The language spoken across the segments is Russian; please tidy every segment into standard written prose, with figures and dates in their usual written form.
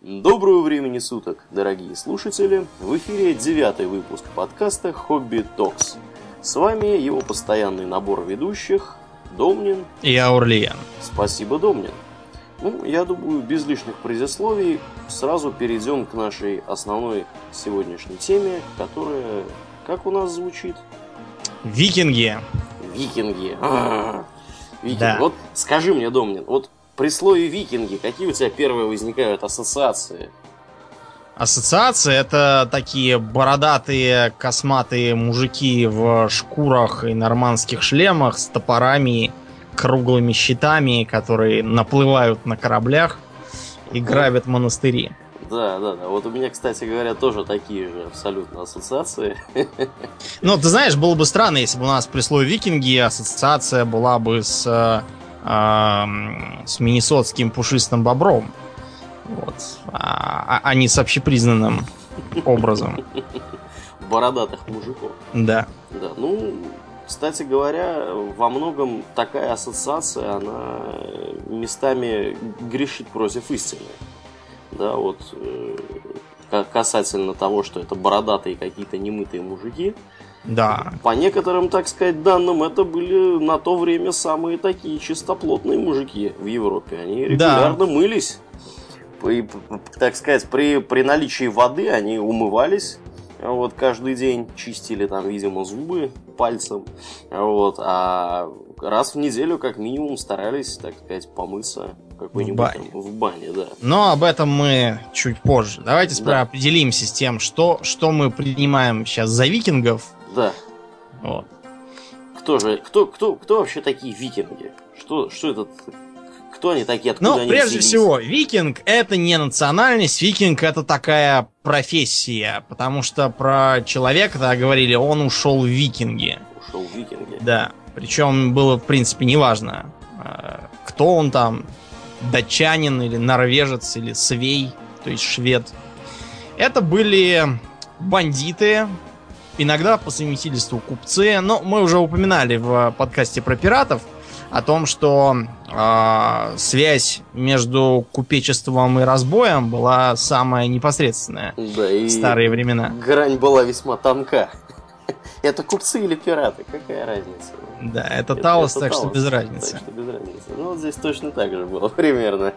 Доброго времени суток, дорогие слушатели! В эфире 9-й выпуск подкаста «Хобби Токс». С вами его постоянный набор ведущих Домнин и Аурлиен. Спасибо, Домнин. Я думаю, без лишних предисловий сразу перейдем к нашей основной сегодняшней теме, которая, как у нас звучит? Викинги. Викинги. Викинги. Да. Вот скажи мне, Домнин, вот при слове «викинги» какие у тебя первые возникают ассоциации? Ассоциации — это такие бородатые, косматые мужики в шкурах и нормандских шлемах с топорами, круглыми щитами, которые наплывают на кораблях и грабят монастыри. Да. Вот у меня, кстати говоря, тоже такие же абсолютно ассоциации. Ну, ты знаешь, было бы странно, если бы у нас при слове «викинги» ассоциация была бы с миннесотским пушистым бобром. Вот. А не с общепризнанным образом. Бородатых мужиков. Да. Да. Кстати говоря, во многом такая ассоциация, она местами грешит против истины. Да, вот касательно того, что это бородатые какие-то немытые мужики. Да. По некоторым, так сказать, данным, это были на то время самые такие чистоплотные мужики в Европе. Они регулярно мылись. Так сказать, при наличии воды они умывались. Вот, каждый день чистили там, видимо, зубы пальцем. Вот, а раз в неделю, как минимум, старались, так сказать, помыться в бане, да. Но об этом мы чуть позже. Давайте сперва определимся с тем, что мы принимаем сейчас за викингов. Да. Вот. Кто вообще такие викинги? Что это? Кто они такие? Откуда они прежде взялись? всего, викинг — это не национальность, викинг — это такая профессия, потому что про человека говорили, он ушел в викинги. Ушел в викинги. Да. Причем было, в принципе, неважно, кто он там, датчанин или норвежец или свей, то есть швед. Это были бандиты, иногда по совместительству купцы. Но мы уже упоминали в подкасте про пиратов о том, что связь между купечеством и разбоем была самая непосредственная в старые времена. Грань была весьма тонка. Это купцы или пираты? Какая разница? Да, это Таос, так что без разницы. Так что без разницы. Вот здесь точно так же было примерно.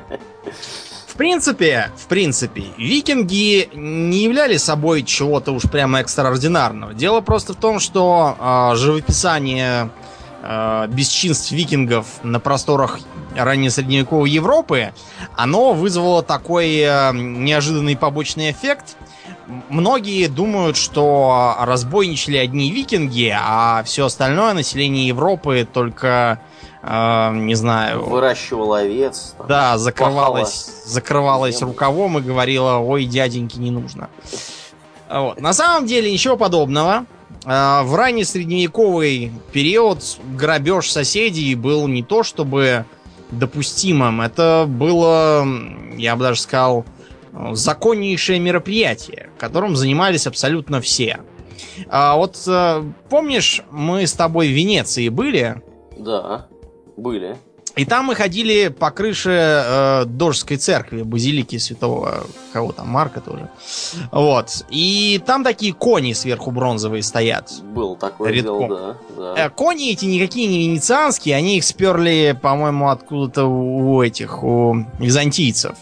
В принципе, викинги не являли собой чего-то уж прямо экстраординарного. Дело просто в том, что живописание бесчинств викингов на просторах раннесредневековой Европы, оно вызвало такой неожиданный побочный эффект. Многие думают, что разбойничали одни викинги, а все остальное население Европы только, не знаю... выращивало овец. Да, закрывалось рукавом и говорила: ой, дяденьки, не нужно. Вот. На самом деле ничего подобного. В раннесредневековый период грабеж соседей был не то чтобы допустимым, это было, я бы даже сказал, законнейшее мероприятие, которым занимались абсолютно все. Вот помнишь, мы с тобой в Венеции были? Да, были. И там мы ходили по крыше Доржской церкви, базилики святого Марка тоже. Вот. И там такие кони сверху бронзовые стоят. Был такое дело, да. Кони эти никакие не венецианские, они их сперли, по-моему, откуда-то у византийцев.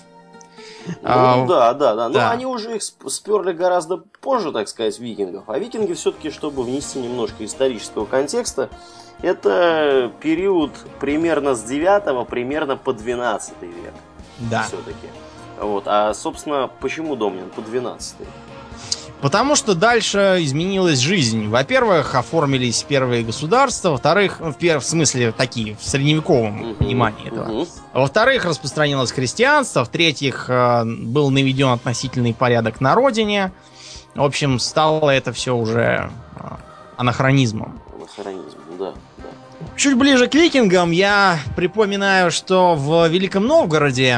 Да. Но они уже их сперли гораздо позже, так сказать, викингов. А викинги все-таки, чтобы внести немножко исторического контекста, это период примерно с 9 примерно по 12 век. Да. Все-таки. Вот. А, собственно, почему, Домнин, по 12? Потому что дальше изменилась жизнь. Во-первых, оформились первые государства. Во-вторых, в смысле, такие, в средневековом понимании этого. Во-вторых, распространилось христианство. В-третьих, был наведен относительный порядок на родине. В общем, стало это все уже анахронизмом. Да. Чуть ближе к викингам я припоминаю, что в Великом Новгороде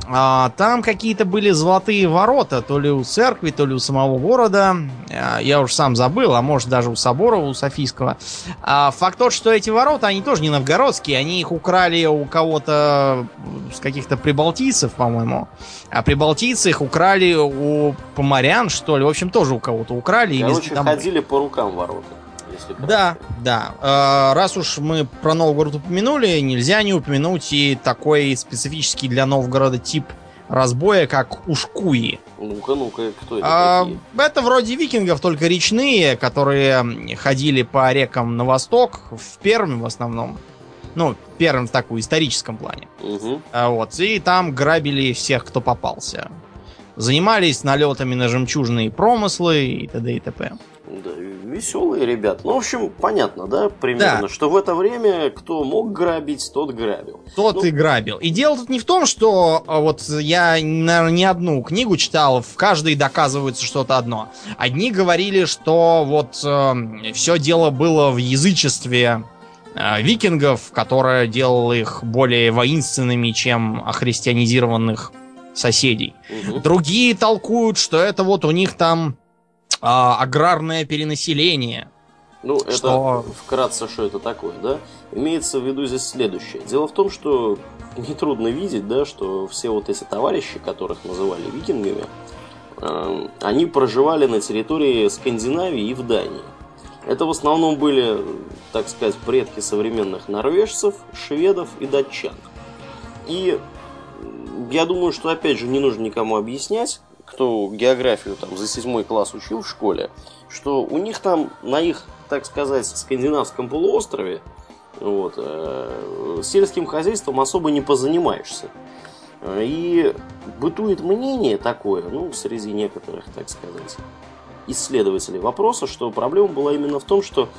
Там какие-то были золотые ворота, то ли у церкви, то ли у самого города. Я уж сам забыл, а может даже у собора, у Софийского. Факт тот, что эти ворота, они тоже не новгородские. Они их украли у кого-то, с каких-то прибалтийцев, по-моему. А прибалтийцы их украли у поморян, что ли. В общем, тоже у кого-то украли. Короче, ходили по рукам ворота. Да, да. Раз уж мы про Новгород упомянули, нельзя не упомянуть и такой специфический для Новгорода тип разбоя, как ушкуи. Ну-ка, кто это такие? Это вроде викингов, только речные, которые ходили по рекам на восток, в Пермь в основном. Ну, Пермь в таком историческом плане. Угу. И там грабили всех, кто попался. Занимались налетами на жемчужные промыслы и т.д. и т.п. Да, веселые ребята. Ну, в общем, понятно, да, примерно, да. Что в это время кто мог грабить, тот грабил. Тот и грабил. И дело тут не в том, что вот я, наверное, не одну книгу читал, в каждой доказывается что-то одно. Одни говорили, что вот все дело было в язычестве викингов, которое делало их более воинственными, чем охристианизированных соседей. Угу. Другие толкуют, что это вот у них там аграрное перенаселение. Ну, это вкратце, что это такое, да? Имеется в виду здесь следующее. Дело в том, что нетрудно видеть, да, что все вот эти товарищи, которых называли викингами, они проживали на территории Скандинавии и в Дании. Это в основном были, так сказать, предки современных норвежцев, шведов и датчан. И я думаю, что, опять же, не нужно никому объяснять, кто географию там за 7 класс учил в школе, что у них там на их, так сказать, скандинавском полуострове вот, сельским хозяйством особо не позанимаешься. И бытует мнение такое, ну, среди некоторых, так сказать, исследователей вопроса, что проблема была именно в том, что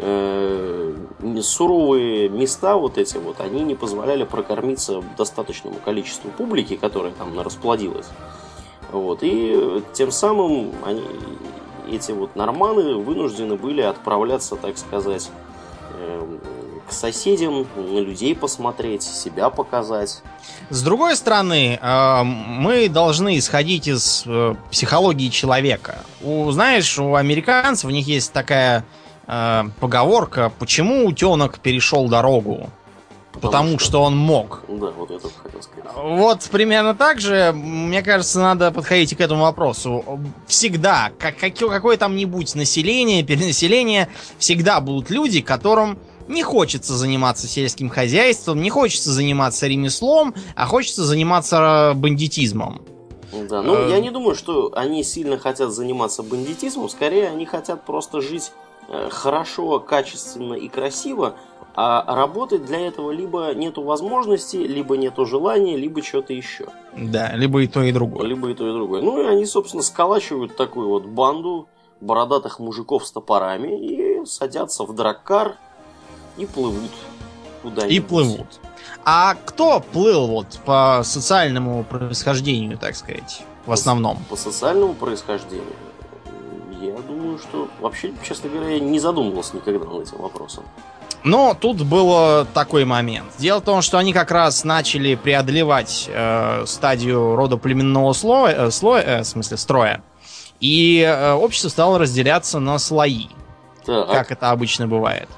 суровые места вот эти вот, они не позволяли прокормиться достаточному количеству публики, которая там расплодилась. Вот, и тем самым эти вот норманы вынуждены были отправляться, так сказать, к соседям, на людей посмотреть, себя показать. С другой стороны, мы должны исходить из психологии человека. Знаешь, у американцев у них есть такая поговорка: почему утенок перешел дорогу? Потому что он мог. Да, вот это хотел сказать. Вот примерно так же, мне кажется, надо подходить к этому вопросу. Всегда, какое там-нибудь население, перенаселение, всегда будут люди, которым не хочется заниматься сельским хозяйством, не хочется заниматься ремеслом, а хочется заниматься бандитизмом. Да, ну я не думаю, что они сильно хотят заниматься бандитизмом, скорее они хотят просто жить хорошо, качественно и красиво, а работать для этого либо нету возможности, либо нету желания, либо что-то еще. Да, либо и то, и другое. Либо и то, и другое. Ну и они, собственно, сколачивают такую вот банду бородатых мужиков с топорами и садятся в драккар и плывут куда-нибудь. И плывут. А кто плыл вот по социальному происхождению, так сказать, в основном? По социальному происхождению? Я думаю, что вообще, честно говоря, я не задумывался никогда над этим вопросом. Но тут был такой момент. Дело в том, что они как раз начали преодолевать стадию родоплеменного строя. И общество стало разделяться на слои. Так. Как это обычно бывает.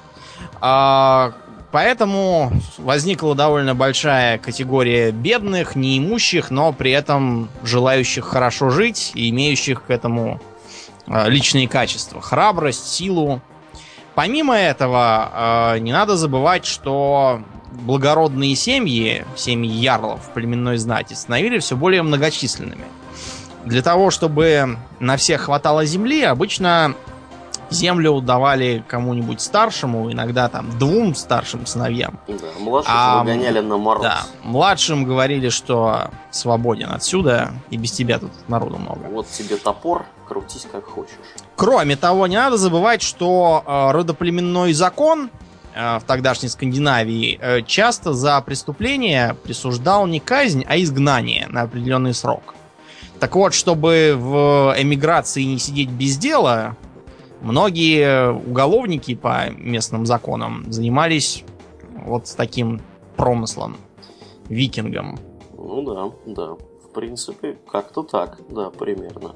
Поэтому возникла довольно большая категория бедных, неимущих, но при этом желающих хорошо жить и имеющих к этому личные качества. Храбрость, силу. Помимо этого, не надо забывать, что благородные семьи ярлов племенной знати становились все более многочисленными. Для того, чтобы на всех хватало земли, обычно землю давали кому-нибудь старшему, иногда там 2 старшим сыновьям. Да, младших выгоняли на мороз. Да, младшим говорили, что свободен отсюда, и без тебя тут народу много. Вот тебе топор, крутись как хочешь. Кроме того, не надо забывать, что родоплеменной закон в тогдашней Скандинавии часто за преступление присуждал не казнь, а изгнание на определенный срок. Так вот, чтобы в эмиграции не сидеть без дела, многие уголовники по местным законам занимались вот таким промыслом, викингом. Ну да, да. В принципе, как-то так, да, примерно.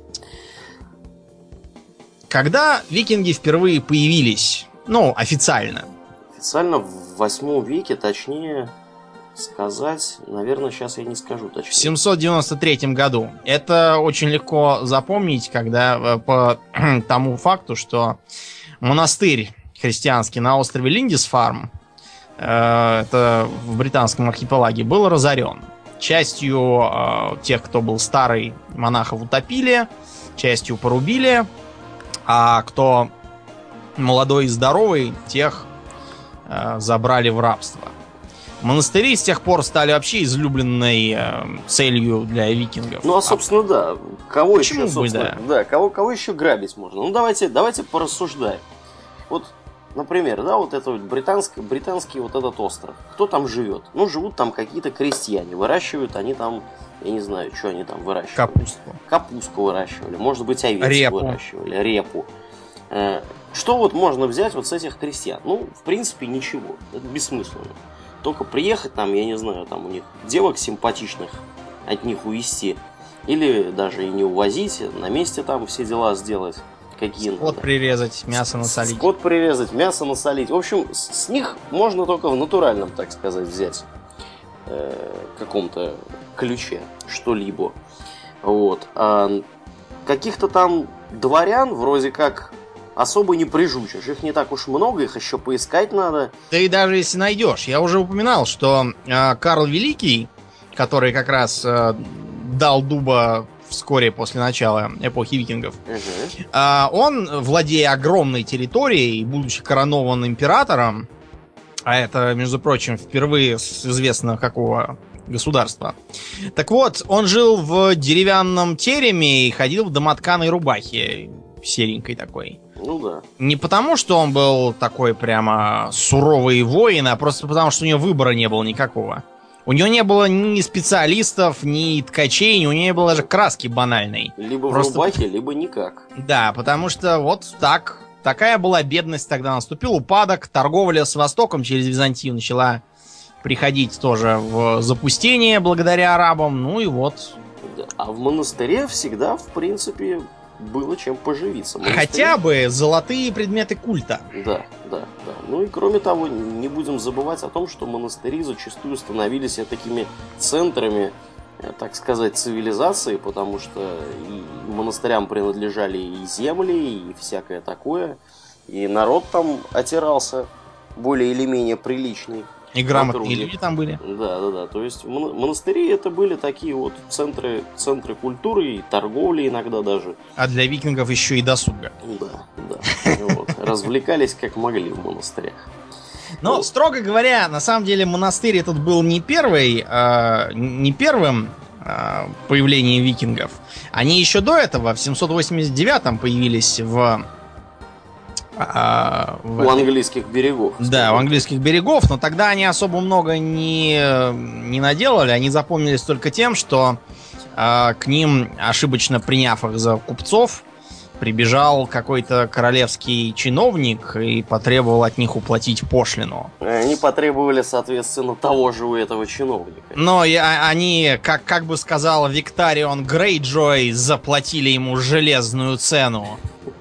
Когда викинги впервые появились, ну, официально? Официально в 8 веке, точнее сказать, наверное, сейчас я не скажу точнее. В 793 году. Это очень легко запомнить, когда по тому факту, что монастырь христианский на острове Линдисфарм, это в британском архипелаге, был разорен. Частью тех, кто был старый, монахов утопили, частью порубили, а кто молодой и здоровый, тех забрали в рабство. Монастыри с тех пор стали вообще излюбленной целью для викингов. Ну, а собственно, да. Кого почему еще, собственно, да? Кого еще грабить можно? Ну, давайте порассуждаем. Вот, например, да, вот это вот британский вот этот остров. Кто там живет? Ну, живут там какие-то крестьяне. Выращивают они там, я не знаю, что они там выращивают. Капусту выращивали. Может быть, овец выращивали. Репу. Что вот можно взять вот с этих крестьян? Ну, в принципе, ничего. Это бессмысленно. Только приехать там, я не знаю, там у них девок симпатичных от них увезти. Или даже и не увозить, на месте там все дела сделать. Какие скот прирезать, мясо насолить. Скот прирезать, мясо насолить. В общем, с них можно только в натуральном, так сказать, взять каком-то ключе что-либо. Вот. А каких-то там дворян вроде как особо не прижучишь. Их не так уж много, их еще поискать надо. Да и даже если найдешь. Я уже упоминал, что Карл Великий, который как раз дал дуба вскоре после начала эпохи викингов, он, владея огромной территорией, будучи коронован императором, а это, между прочим, впервые с известно какого государства. Так вот, он жил в деревянном тереме и ходил в домотканой рубахе, серенькой такой. Ну да. Не потому, что он был такой прямо суровый воин, а просто потому, что у него выбора не было никакого. У него не было ни специалистов, ни ткачей, у него не было даже краски банальной. Либо просто в рубахе, либо никак. Да, потому что вот так. Такая была бедность тогда. Наступил упадок, торговля с Востоком через Византию начала приходить тоже в запустение благодаря арабам. Ну и вот. Да. А в монастыре всегда, в принципе, было чем поживиться. Хотя бы золотые предметы культа. Да. Ну и кроме того, не будем забывать о том, что монастыри зачастую становились такими центрами, так сказать, цивилизации, потому что и монастырям принадлежали и земли, и всякое такое. И народ там отирался более или менее приличный. И грамотные люди там были. Да. То есть монастыри это были такие вот центры культуры и торговли иногда даже. А для викингов еще и досуга. Да. Вот. Развлекались как могли в монастырях. Но, строго говоря, на самом деле монастырь этот был не первым появлением викингов. Они еще до этого, в 789-м, появились у английских берегов. Да, у английских берегов, но тогда они особо много не наделали. Они запомнились только тем, что к ним, ошибочно приняв их за купцов, прибежал какой-то королевский чиновник и потребовал от них уплатить пошлину. Они потребовали, соответственно, того же у этого чиновника. Но они, как бы сказал Викторион Грейджой, заплатили ему железную цену.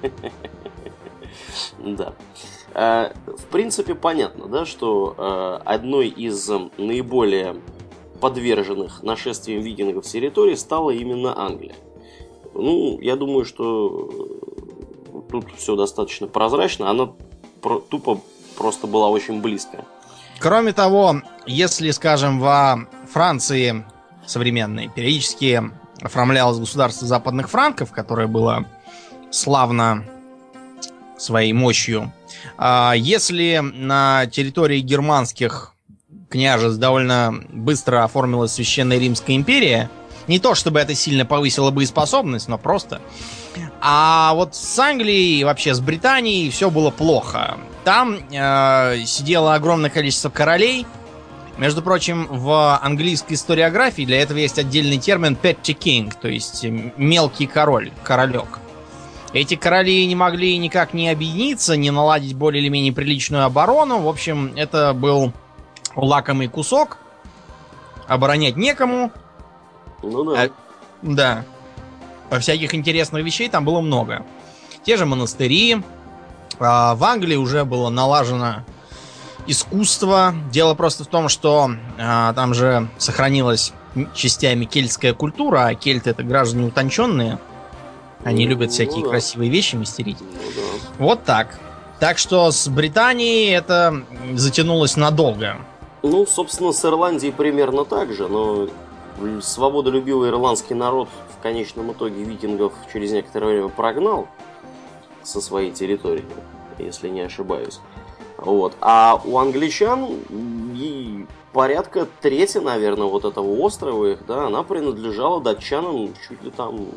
Да. В принципе, понятно, да, что одной из наиболее подверженных нашествиям викингов территорий стала именно Англия. Ну, я думаю, что тут все достаточно прозрачно. Она тупо просто была очень близко. Кроме того, если, скажем, во Франции современной периодически оформлялось государство западных франков, которое было славно своей мощью. Если на территории германских княжеств довольно быстро оформилась Священная Римская империя, не то чтобы это сильно повысило боеспособность, но просто. А вот с Англией и вообще с Британией все было плохо. Там сидело огромное количество королей. Между прочим, в английской историографии для этого есть отдельный термин petty king, то есть мелкий король, королек. Эти короли не могли никак не объединиться, не наладить более или менее приличную оборону. В общем, это был лакомый кусок. Оборонять некому. Ну да. Да. Всяких интересных вещей там было много. Те же монастыри. В Англии уже было налажено искусство. Дело просто в том, что там же сохранилась частями кельтская культура, а кельты — это граждане утонченные. Они любят всякие красивые вещи мастерить. Вот так. Так что с Британией это затянулось надолго. Ну, собственно, с Ирландией примерно так же, но свободолюбивый ирландский народ в конечном итоге викингов через некоторое время прогнал со своей территории, если не ошибаюсь. Вот. А у англичан и порядка трети, наверное, вот этого острова их, да, она принадлежала датчанам чуть ли там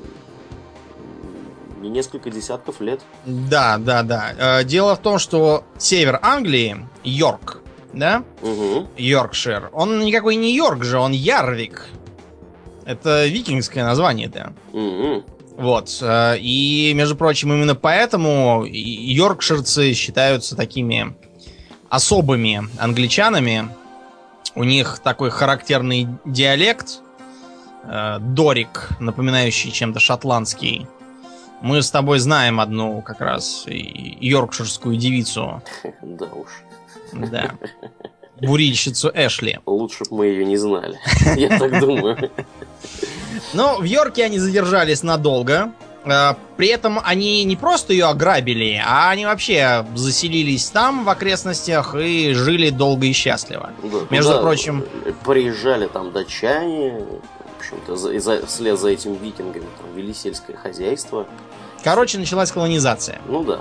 не несколько десятков лет. Да. Дело в том, что север Англии, Йорк, да? Угу. Йоркшир. Он никакой не Йорк же, он Ярвик. Это викингское название-то. Угу. Вот. И, между прочим, именно поэтому йоркширцы считаются такими особыми англичанами. У них такой характерный диалект, дорик, напоминающий чем-то шотландский. Мы с тобой знаем одну как раз йоркширскую девицу. Да уж. Да. Бурильщицу Эшли. Лучше бы мы ее не знали. Я так думаю. Но в Йорке они задержались надолго. При этом они не просто ее ограбили, а они вообще заселились там, в окрестностях, и жили долго и счастливо. Да, между прочим... Приезжали там датчане, в общем-то, вслед за этим викингами там вели сельское хозяйство. Короче, началась колонизация. Ну да.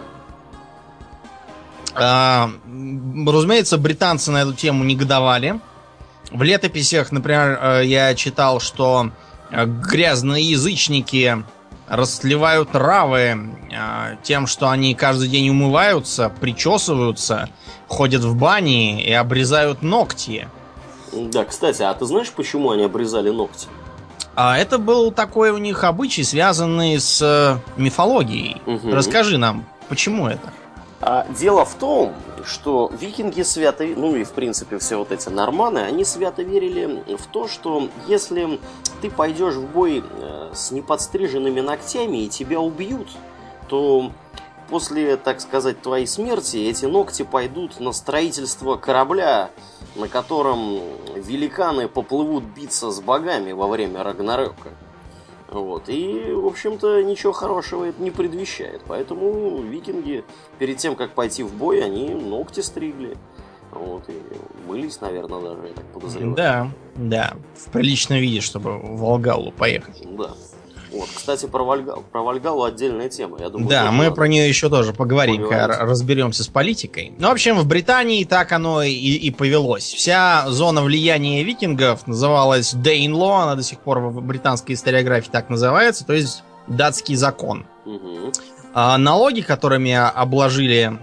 Разумеется, британцы на эту тему негодовали. В летописях, например, я читал, что грязные язычники растлевают травы тем, что они каждый день умываются, причесываются, ходят в бани и обрезают ногти. Да, кстати, а ты знаешь, почему они обрезали ногти? Это был такой у них обычай, связанный с мифологией. Угу. Расскажи нам, почему это? Дело в том, что викинги свято, ну и в принципе все вот эти норманы, они свято верили в то, что если ты пойдешь в бой с неподстриженными ногтями и тебя убьют, то после, так сказать, твоей смерти эти ногти пойдут на строительство корабля, на котором великаны поплывут биться с богами во время Рагнарёка. Вот. И, в общем-то, ничего хорошего это не предвещает. Поэтому викинги, перед тем, как пойти в бой, они ногти стригли. Вот. И мылись, наверное, даже, я так подозреваю. Да. В приличном виде, чтобы в Волгалу поехать. Да. Вот, кстати, про Волгалу отдельная тема. Я думаю, да, мы про нее еще тоже поговорим, когда разберемся с политикой. Ну, в общем, в Британии так оно и повелось. Вся зона влияния викингов называлась Danelaw, она до сих пор в британской историографии так называется, то есть датский закон. Угу. Налоги, которыми обложили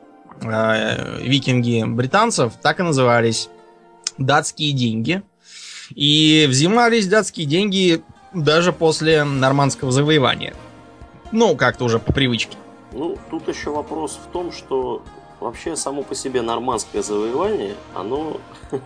викинги британцев, так и назывались датские деньги. И взимались датские деньги даже после нормандского завоевания. Ну, как-то уже по привычке. Ну, тут еще вопрос в том, что вообще само по себе нормандское завоевание, оно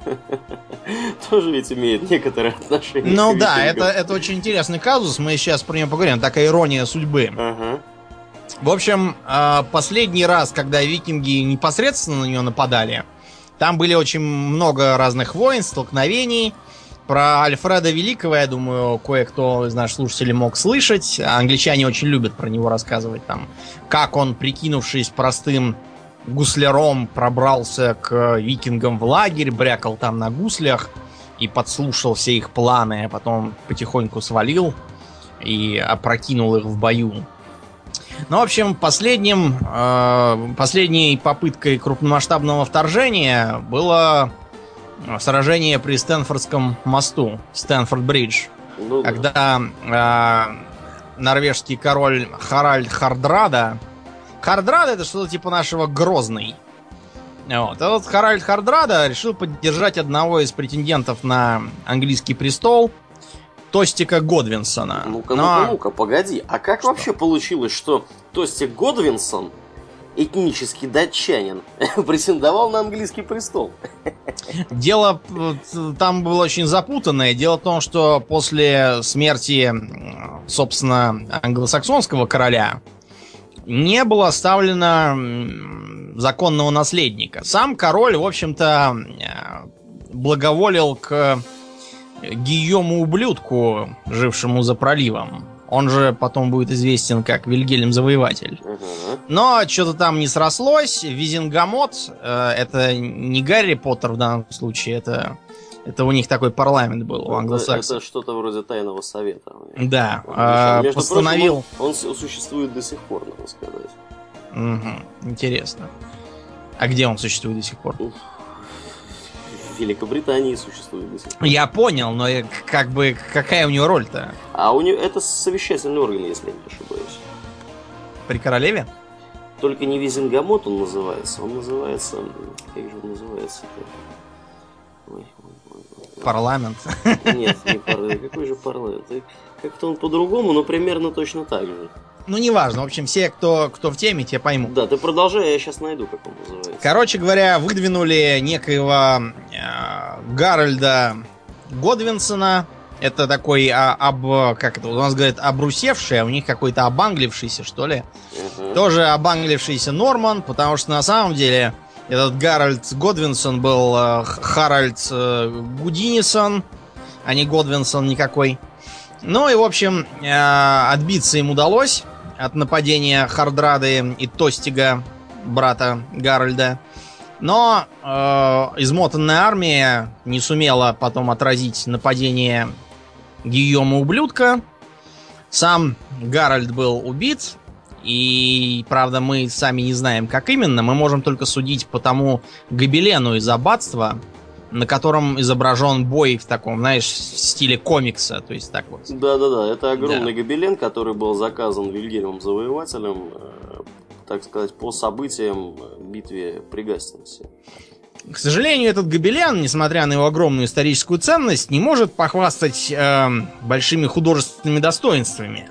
тоже ведь имеет некоторое отношение. Ну да, это очень интересный казус, мы сейчас про него поговорим. Такая ирония судьбы. Ага. В общем, последний раз, когда викинги непосредственно на него нападали, там были очень много разных войн, столкновений. Про Альфреда Великого, я думаю, кое-кто из наших слушателей мог слышать. Англичане очень любят про него рассказывать. Там, как он, прикинувшись простым гусляром, пробрался к викингам в лагерь, брякал там на гуслях и подслушал все их планы, а потом потихоньку свалил и опрокинул их в бою. Ну, в общем, последней попыткой крупномасштабного вторжения было сражение при Стэнфордском мосту, Стэнфорд-бридж, Ну, когда норвежский король Харальд Хардрада... Хардрада — это что-то типа нашего Грозный. Вот. А вот Харальд Хардрада решил поддержать одного из претендентов на английский престол, Тостика Годвинсона. Ну-ка, погоди. А как вообще получилось, что Тостик Годвинсон этнический датчанин претендовал на английский престол. Дело там было очень запутанное. Дело в том, что после смерти, собственно, англосаксонского короля не было оставлено законного наследника. Сам король, в общем-то, благоволил к Гийому-ублюдку, жившему за проливом. Он же потом будет известен как Вильгельм Завоеватель. Но что-то там не срослось. Визингамот, это не Гарри Поттер в данном случае, это у них такой парламент был, у англосаксов. Это что-то вроде тайного совета. Да, постановил... Прочим, он существует до сих пор, надо сказать. Угу, интересно. А где он существует до сих пор? В Великобритании существует до сих пор. Я понял, но как бы какая у него роль-то? А у него это совещательный орган, если я не ошибаюсь. При королеве? Только не Визингамот он называется. Он называется... Как же он называется-то? Парламент. Нет, не парламент. Какой же парламент? Как-то он по-другому, но примерно точно так же. Ну, неважно. В общем, все, кто в теме, те поймут. Да, ты продолжай, я сейчас найду, как он называется. Короче говоря, выдвинули некоего Гарольда Годвинсона. Это такой, как это у нас говорят, обрусевший, а у них какой-то обанглившийся, что ли. Тоже обанглившийся Норман, потому что на самом деле этот Гарольд Годвинсон был Харальд Гудинисон, а не Годвинсон никакой. Ну и, в общем, отбиться им удалось от нападения Хардрады и Тостига, брата Гарольда. Но измотанная армия не сумела потом отразить нападение Гийома-ублюдка. Сам Гарольд был убит. И, правда, мы сами не знаем, как именно. Мы можем только судить по тому гобелену из аббатства, на котором изображен бой в таком, знаешь, в стиле комикса. То есть так вот. Да-да-да, это огромный гобелен, который был заказан Вильгельмом Завоевателем, так сказать, по событиям битвы при Гастингсе. К сожалению, этот гобелен, несмотря на его огромную историческую ценность, не может похвастать большими художественными достоинствами.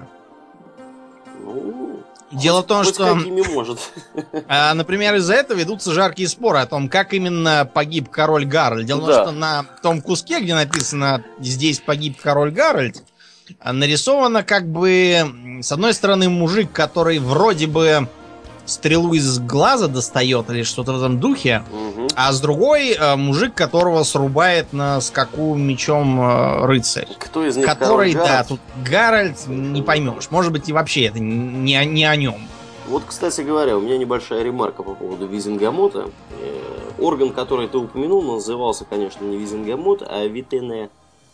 Дело в том, что, например, из-за этого ведутся жаркие споры о том, как именно погиб король Гарольд. Дело в том, что на том куске, где написано «Здесь погиб король Гарольд», нарисовано как бы, с одной стороны, мужик, который вроде бы стрелу из глаза достает или что-то в этом духе, а с другой мужик, которого срубает на скаку мечом рыцарь. Кто из них который, да, тут Гарольд не поймешь. Может быть, и вообще это не о нем. Вот, кстати говоря, у меня небольшая ремарка по поводу Визингамота. Орган, который ты упомянул, назывался, конечно, не Визингамот, а Витенагемот.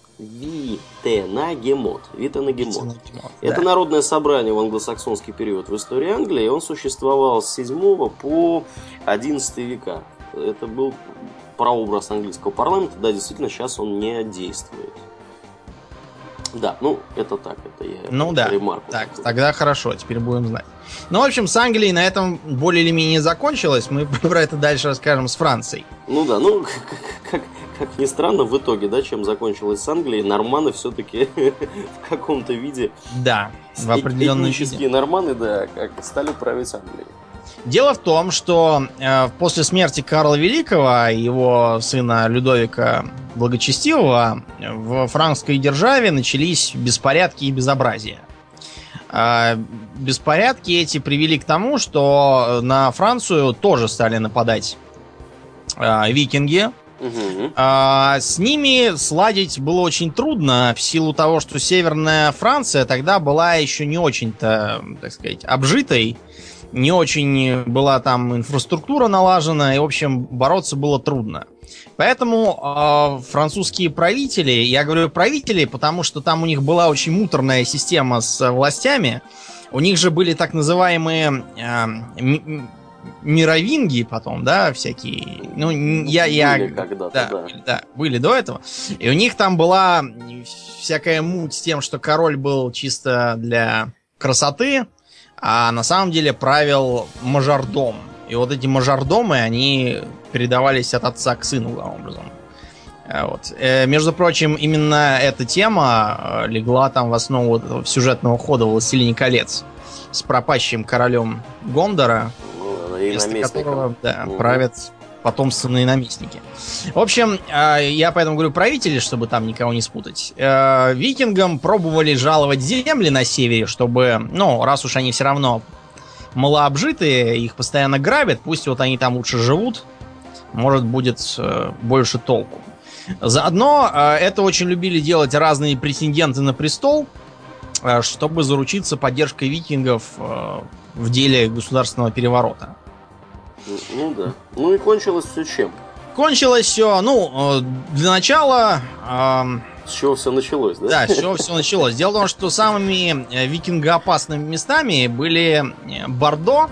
Витенагемот. Это народное собрание в англосаксонский период в истории Англии. Он существовал с 7 по 11 века. Это был прообраз английского парламента. Да, действительно, сейчас он не действует. Да, ну, это так, это я ремарку. Так, тогда хорошо, теперь будем знать. Ну, в общем, с Англией на этом более или менее закончилось. Мы про это дальше расскажем с Францией. Ну да, ну, как ни странно, в итоге, да, чем закончилось с Англией, норманы все-таки в каком-то виде... Да, в определенном виде. Этнические норманы, да, как стали править Англией. Дело в том, что после смерти Карла Великого и его сына Людовика Благочестивого в франкской державе начались беспорядки и безобразия. Беспорядки эти привели к тому, что на Францию тоже стали нападать викинги. С ними сладить было очень трудно в силу того, что Северная Франция тогда была еще не очень-то, так сказать, обжитой. Не очень была там инфраструктура налажена, и, в общем, бороться было трудно. Поэтому французские правители, я говорю правители, потому что там у них была очень муторная система с властями. У них же были так называемые мировинги потом, да, всякие. Ну, были когда-то, да, были до этого. И у них там была всякая муть с тем, что король был чисто для красоты, а на самом деле правил мажордом. И вот эти мажордомы, они передавались от отца к сыну, главным образом. Вот. Между прочим, именно эта тема легла там в основу этого сюжетного хода «Властелине колец» с пропащим королем Гондора. Ну, она вместо которого правят потомственные наместники. В общем, я поэтому говорю правители, чтобы там никого не спутать. Викингам пробовали жаловать земли на севере, чтобы, раз уж они все равно малообжитые, их постоянно грабят, пусть вот они там лучше живут, может, будет больше толку. Заодно это очень любили делать разные претенденты на престол, чтобы заручиться поддержкой викингов в деле государственного переворота. Ну да. Ну и кончилось все чем? Кончилось все, для начала... С чего все началось, да? Да, с чего все началось. Дело в том, что самыми викингоопасными местами были Бордо,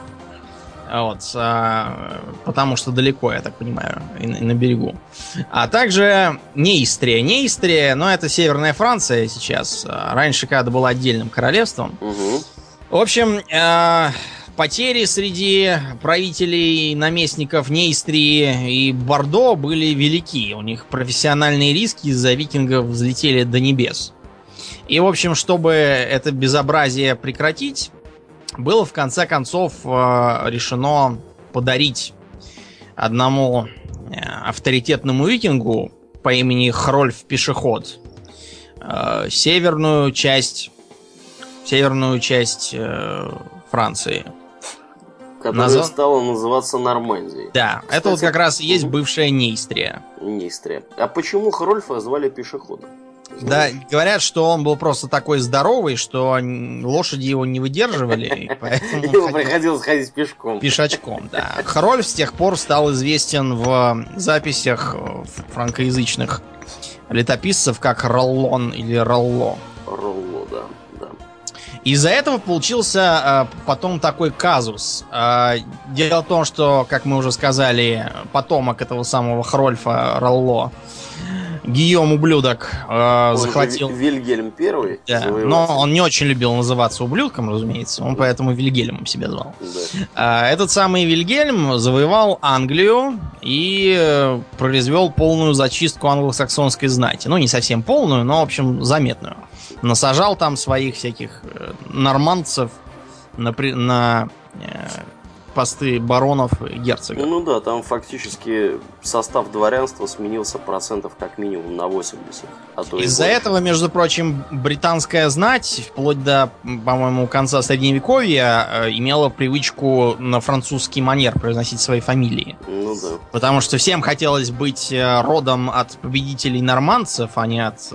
потому что далеко, я так понимаю, на берегу. А также Нейстрия. Нейстрия, это северная Франция сейчас. Раньше, когда была отдельным королевством. Угу. В общем, потери среди правителей, наместников Нейстрии и Бордо были велики. У них профессиональные риски из-за викингов взлетели до небес. И, в общем, чтобы это безобразие прекратить, было в конце концов решено подарить одному авторитетному викингу по имени Хрольф Пешеход северную часть Франции. Которая стала называться Нормандией. Да, кстати, это вот как раз и есть бывшая Нейстрия. Нейстрия. А почему Хрольфа звали Пешеходом? Да, говорят, что он был просто такой здоровый, что лошади его не выдерживали, и поэтому ему приходилось ходить пешком. Пешачком, да. Хрольф с тех пор стал известен в записях франкоязычных летописцев как Роллон или Ролло. Ролло, да. Из-за этого получился потом такой казус. Дело в том, что, как мы уже сказали, потомок этого самого Хрольфа Ролло, Гийом Ублюдок, захватил... Вильгельм I. Да, но он не очень любил называться ублюдком, разумеется. Он поэтому Вильгельмом себя звал. Да. Этот самый Вильгельм завоевал Англию и произвел полную зачистку англосаксонской знати. Не совсем полную, но, в общем, заметную. Насажал там своих всяких нормандцев на посты баронов и герцогов. Ну да, там фактически состав дворянства сменился процентов как минимум на 80. Из-за этого, между прочим, британская знать, вплоть до, по-моему, конца Средневековья, имела привычку на французский манер произносить свои фамилии. Ну да. Потому что всем хотелось быть родом от победителей нормандцев, а не от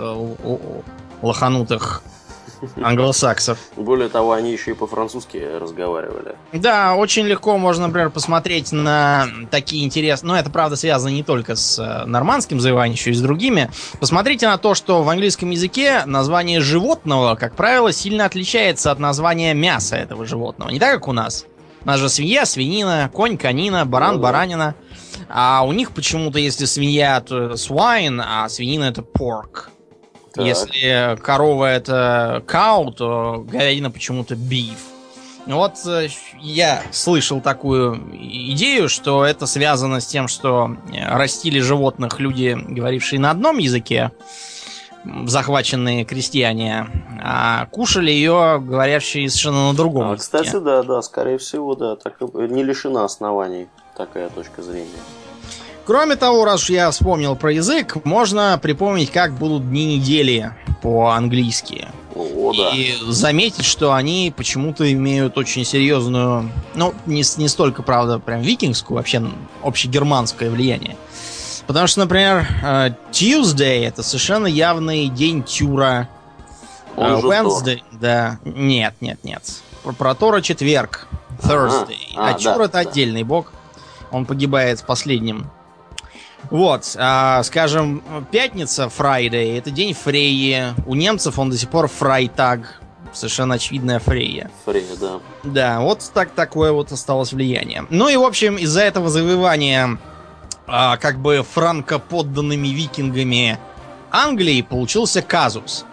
лоханутых англосаксов. Более того, они еще и по-французски разговаривали. Да, очень легко можно, например, посмотреть на такие интересные... это, правда, связано не только с нормандским завоеванием, еще и с другими. Посмотрите на то, что в английском языке название животного, как правило, сильно отличается от названия мяса этого животного. Не так, как у нас. У нас же свинья, свинина, конь, конина, баран, баранина. А у них почему-то, если свинья, то swine, а свинина это pork. Так. Если корова это cow, то говядина почему-то beef. Вот я слышал такую идею, что это связано с тем, что растили животных люди, говорившие на одном языке, захваченные крестьяне, а кушали ее, говорящие совершенно на другом языке. Кстати, да, скорее всего, да, так не лишена оснований такая точка зрения. Кроме того, раз уж я вспомнил про язык, можно припомнить, как будут дни недели по-английски. О, да. И заметить, что они почему-то имеют очень серьезную, не столько, правда, прям викингскую, вообще общегерманское влияние. Потому что, например, Tuesday — это совершенно явный день Тюра. Wednesday, да. Нет. Про Тора четверг. Thursday. Тюр — это отдельный бог. Он погибает последним. Вот, скажем, пятница, Friday, это день Фрейи. У немцев он до сих пор Фрайтаг. Совершенно очевидная Фрейя. Фрейя, да. Да, вот такое вот осталось влияние. Ну и, в общем, из-за этого завоевания как бы франкоподданными викингами Англии получился казус.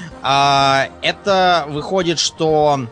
Это выходит, что...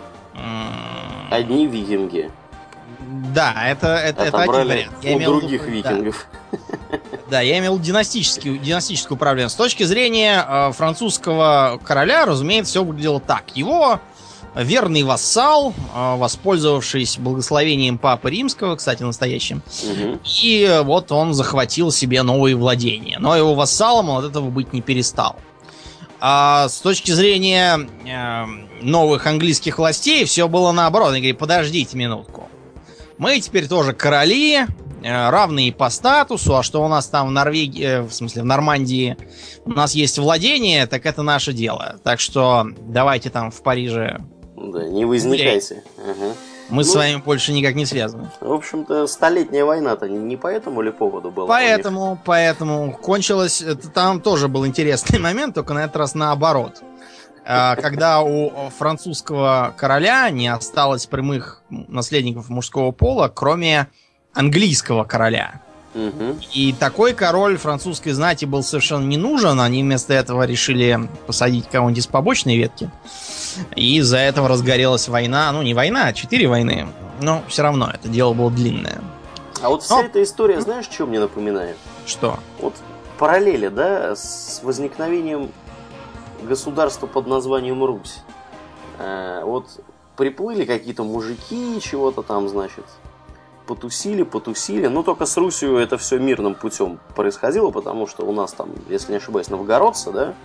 Одни викинги. Да, это один вариант. Я имел других викингов. Да, я имел династическую проблему. С точки зрения французского короля, разумеется, все выглядело так. Его верный вассал, воспользовавшись благословением Папы Римского, кстати, настоящим, и вот он захватил себе новые владения. Но его вассалом он от этого быть не перестал. А с точки зрения новых английских властей все было наоборот. Они говорят, подождите минутку. Мы теперь тоже короли, равные по статусу, а что у нас там в Норвегии, в смысле в Нормандии, у нас есть владение, так это наше дело. Так что давайте там в Париже... Да, не возникайте. Ага. Мы с вами больше никак не связаны. В общем-то, столетняя война-то не по этому ли поводу была? Поэтому кончилось... Там тоже был интересный момент, только на этот раз наоборот. Когда у французского короля не осталось прямых наследников мужского пола, кроме английского короля. И такой король французской знати был совершенно не нужен. Они вместо этого решили посадить кого-нибудь из побочной ветки. И из-за этого разгорелась война. Ну, не война, а 4 войны. Но все равно это дело было длинное. А вот вся эта история, знаешь, что мне напоминает? Что? Вот параллели, да, с возникновением государства под названием Русь. Вот приплыли какие-то мужики, чего-то там, значит, потусили. Но только с Русью это все мирным путем происходило, потому что у нас там, если не ошибаюсь, новгородцы, да,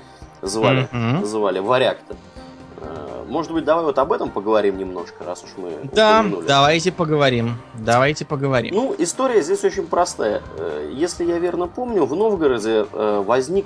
звали варяг-то. Может быть, давай вот об этом поговорим немножко, раз уж мы упомянули. Давайте поговорим. Ну, история здесь очень простая. Если я верно помню, в Новгороде возник,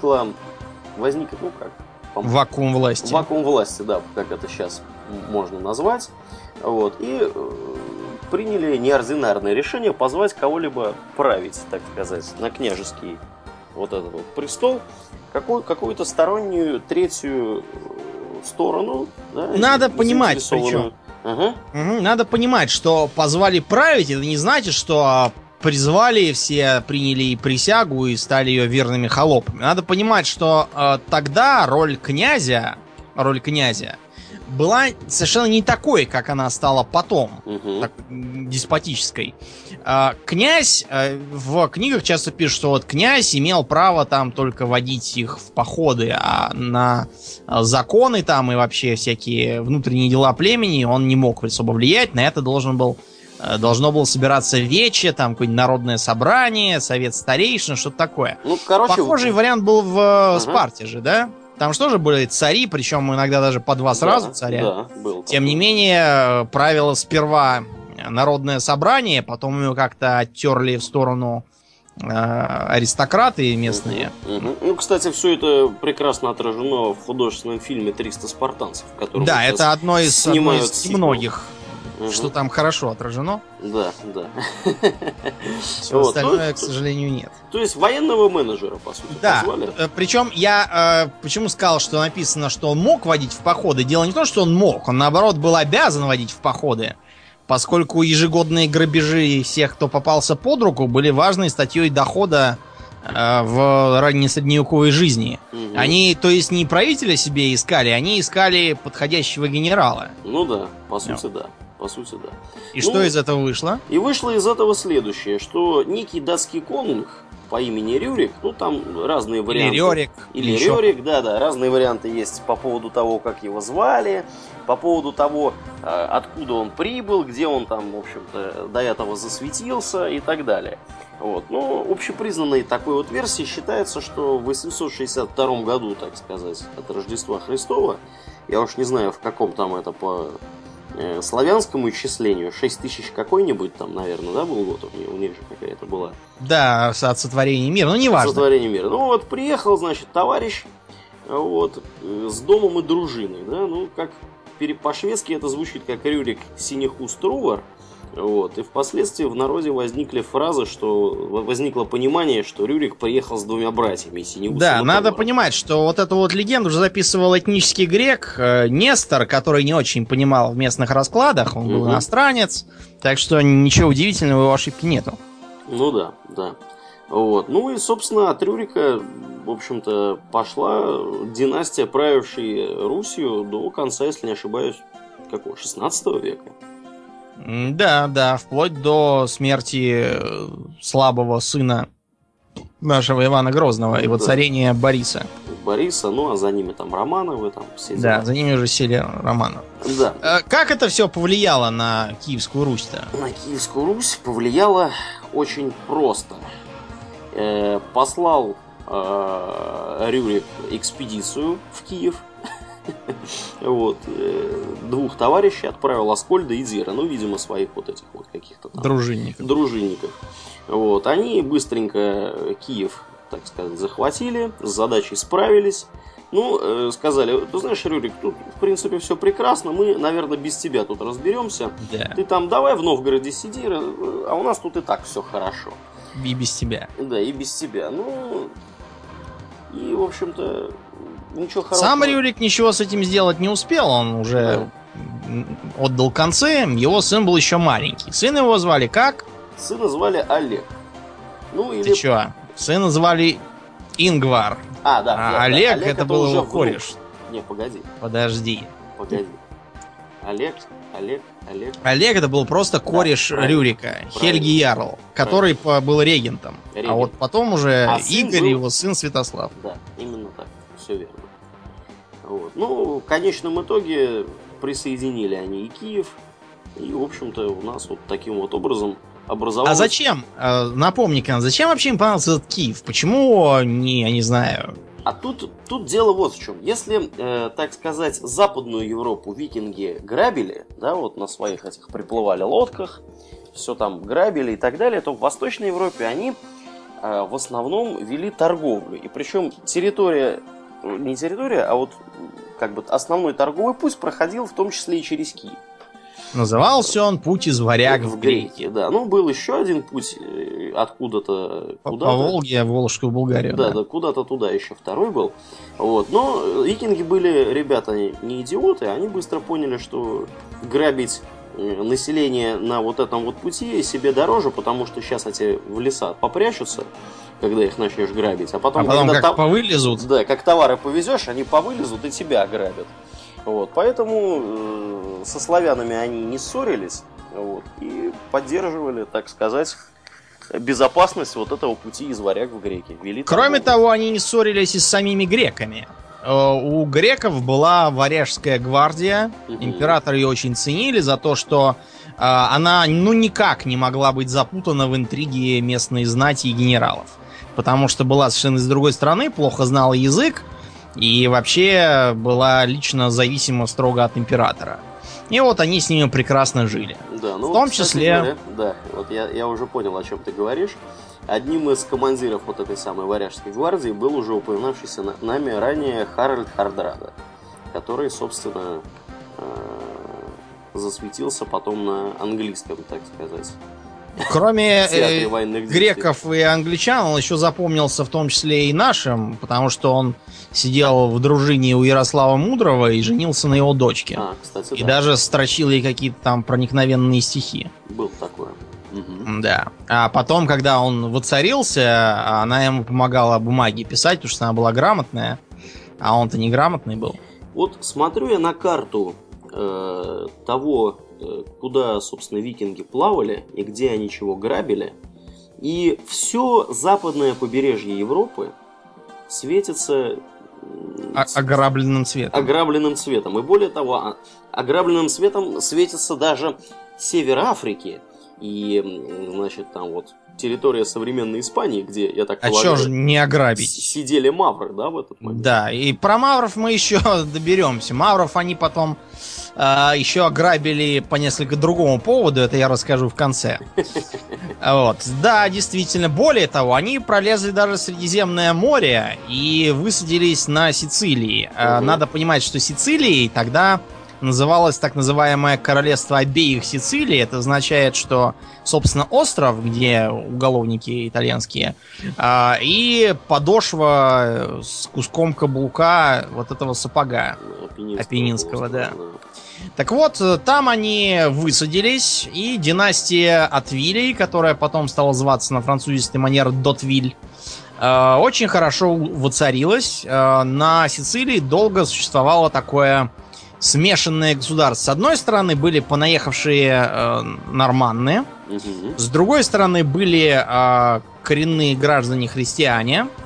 ну как? Вакуум власти. Вакуум власти, да, как это сейчас можно назвать. Вот. И приняли неординарное решение позвать кого-либо править, так сказать, на княжеский вот этот вот престол, какую-то стороннюю третью сторону. Да, надо понимать, причем. Надо понимать, что позвали править, это не значит, что призвали, все приняли присягу и стали ее верными холопами. Надо понимать, что тогда роль князя была совершенно не такой, как она стала потом, так, деспотической. Князь, в книгах часто пишут, что вот князь имел право там только водить их в походы, а на законы там и вообще всякие внутренние дела племени он не мог особо влиять. На это должно было собираться вече, там какое-нибудь народное собрание, совет старейшин, что-то такое. Ну, короче, похожий вариант был в Спарте же, да? Там что же были цари, причем иногда даже по 2 сразу царя. Да, был. Тем не менее, правило сперва народное собрание, потом его как-то оттерли в сторону аристократы местные. Ну, кстати, все это прекрасно отражено в художественном фильме «300 спартанцев», в котором да, это одно из многих, Угу. что там хорошо отражено. Да. Все остальное, к сожалению, нет. То есть военного менеджера, по сути, позвали? Да, причем я почему сказал, что написано, что он мог водить в походы. Дело не в том, что он мог, он наоборот был обязан водить в походы, поскольку ежегодные грабежи всех, кто попался под руку, были важной статьей дохода в раннесредневековой жизни. Угу. Они, то есть, не правителя себе искали, они искали подходящего генерала. Ну да, по сути, да. По сути, да. И что из этого вышло? И вышло из этого следующее, что некий датский конунг по имени Рюрик, ну там разные варианты. Или Рюрик, да, разные варианты есть по поводу того, как его звали, по поводу того, откуда он прибыл, где он там, в общем-то, до этого засветился и так далее. Вот. Но общепризнанной такой вот версией считается, что в 862 году, так сказать, от Рождества Христова, я уж не знаю, в каком там это по славянскому исчислению, 6000 какой-нибудь там, наверное, да, был год, у них же какая-то была. Да, от сотворения мира, ну не важно. От сотворения мира. Ну вот приехал, значит, товарищ вот, с домом и дружиной, да, ну как по-шведски это звучит как Рюрик Синехуст-Рувар. Вот. И впоследствии в народе возникли фразы, возникло понимание, что Рюрик приехал с 2 братьями. Да, надо понимать, что вот эту вот легенду уже записывал этнический грек Нестор, который не очень понимал в местных раскладах, он был иностранец, так что ничего удивительного в его ошибке нету. Ну да. Вот. Ну и, собственно, от Рюрика, в общем-то, пошла династия, правившей Русью до конца, если не ошибаюсь, 16 века. Да, вплоть до смерти слабого сына нашего Ивана Грозного и воцарения Бориса. Бориса, ну а за ними там Романовы, там все дела. Да, за ними уже сели Романовы. Да. Как это все повлияло на Киевскую Русь-то? На Киевскую Русь повлияло очень просто. Послал Рюрик экспедицию в Киев. Вот. Двух товарищей отправил, Аскольда и Дира. Ну, видимо, своих вот этих вот каких-то там дружинников. Вот. Они быстренько Киев, так сказать, захватили, с задачей справились. Ну, сказали, ты знаешь, Рюрик, тут, в принципе, все прекрасно, мы, наверное, без тебя тут разберемся. Да. Ты там давай в Новгороде сиди, а у нас тут и так все хорошо. И без тебя. Да, и без тебя. Ну, и, в общем-то, ничего хорошего. Сам Рюрик ничего с этим сделать не успел, он уже отдал концы, его сын был еще маленький. Сына его звали как? Сына звали Олег. Ну, или... Ты чё? Сына звали Ингвар. Да. Олег это был его кореш. Не, погоди. Подожди. Олег. Олег это был просто кореш Рюрика, Хельги Ярл, который был регентом. А вот потом уже Игорь, был... его сын Святослав. Да, именно так. Все верно. Вот. Ну, в конечном итоге присоединили они и Киев. И, в общем-то, у нас вот таким вот образом образовалось... А зачем? Напомни-ка, зачем вообще им понравился этот Киев? Почему не, я не знаю... А тут дело вот в чем. Если, так сказать, Западную Европу викинги грабили, да, вот на своих этих приплывали лодках, все там грабили и так далее, то в Восточной Европе они в основном вели торговлю. И причем не территория, а вот как бы основной торговый путь проходил в том числе и через Киев. Назывался он «Путь из варяг в греки». Да, ну был еще один путь откуда-то... По Волге, в Волжскую Булгарию. Да, куда-то туда еще второй был. Вот. Но викинги были ребята не идиоты, они быстро поняли, что грабить население на вот этом вот пути себе дороже, потому что сейчас эти в леса попрячутся, когда их начнешь грабить. А потом как повылезут. Да, как товары повезешь, они повылезут и тебя ограбят. Вот, поэтому со славянами они не ссорились, вот, и поддерживали, так сказать, безопасность вот этого пути из варяг в греки. Кроме того, они не ссорились и с самими греками. У греков была варяжская гвардия, императоры ее очень ценили за то, что она никак не могла быть запутана в интриге местной знати и генералов. Потому что была совершенно с другой стороны, плохо знала язык, и вообще была лично зависима строго от императора. И вот они с ними прекрасно жили. Да, ну, в том числе... Говоря, да, вот я уже понял, о чем ты говоришь. Одним из командиров вот этой самой варяжской гвардии был уже упоминавшийся нами ранее Харальд Хардрада, который, собственно, засветился потом на английском, так сказать. Кроме греков и англичан, он еще запомнился в том числе и нашим, потому что он сидел в дружине у Ярослава Мудрого и женился на его дочке. Кстати, и даже строчил ей какие-то там проникновенные стихи. Был такое. Да. А потом, когда он воцарился, она ему помогала бумаги писать, потому что она была грамотная, а он-то неграмотный был. Вот смотрю я на карту того, куда, собственно, викинги плавали и где они чего грабили, и все западное побережье Европы светится ограбленным цветом. Ограбленным цветом. И более того, ограбленным цветом светится даже север Африки. И, значит, там вот территория современной Испании, где, я так полагаю... А что же не ограбить? Сидели мавры, да, в этот момент? Да, и про мавров мы еще доберемся. Мавров они потом еще ограбили по несколько другому поводу, это я расскажу в конце. Вот. Да, действительно. Более того, они пролезли даже в Средиземное море и высадились на Сицилии. Надо понимать, что Сицилией тогда называлось так называемое королевство обеих Сицилий. Это означает, что, собственно, остров, где уголовники итальянские, и подошва с куском каблука вот этого сапога апеннинского, да. Так вот, там они высадились, и династия Атвилей, которая потом стала зваться на французский манер Дотвиль, очень хорошо воцарилась. На Сицилии долго существовало такое смешанное государство. С одной стороны были понаехавшие норманны, с другой стороны были коренные граждане христиане,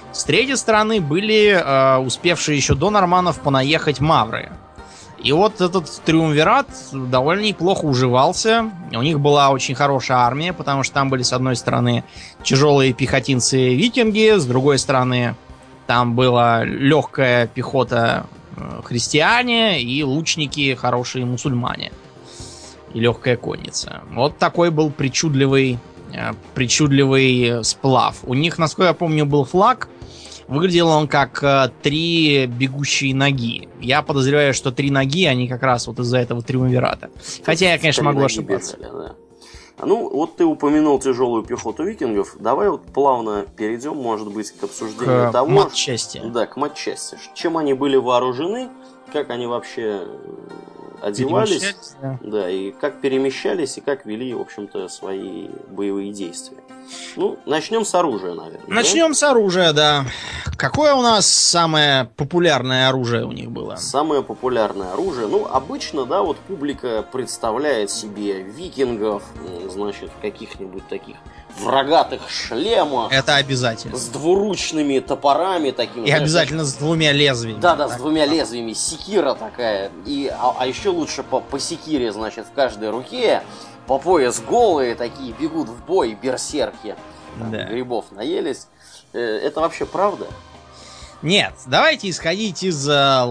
С третьей стороны были успевшие еще до норманнов понаехать мавры. И вот этот триумвират довольно неплохо уживался. У них была очень хорошая армия, потому что там были, с одной стороны, тяжелые пехотинцы-викинги, с другой стороны, там была легкая пехота христиане и лучники хорошие мусульмане. И легкая конница. Вот такой был причудливый сплав. У них, насколько я помню, был флаг. Выглядел он как 3 бегущие ноги. Я подозреваю, что 3 ноги, они как раз вот из-за этого триумвирата. Хотя я, конечно, могу ошибаться. Бежали, да. Ну, вот ты упомянул тяжелую пехоту викингов. Давай вот плавно перейдем, может быть, к обсуждению того... К матчасти. Да, к матчасти. Чем они были вооружены, как они вообще одевались, да, и как перемещались, и как вели, в общем-то, свои боевые действия. Ну, начнем с оружия, наверное. Начнем с оружия, да. Какое у нас самое популярное оружие у них было? Самое популярное оружие, ну, обычно, да, вот публика представляет себе викингов, значит, каких-нибудь таких в рогатых шлемах. Это обязательно. С двуручными топорами такими. И знаешь, обязательно с 2 лезвиями. Да, с 2 лезвиями. Секира такая. А еще лучше по секире, значит, в каждой руке. По пояс голые такие бегут в бой берсерки. Да. Грибов наелись. Это вообще правда? Нет, давайте исходить из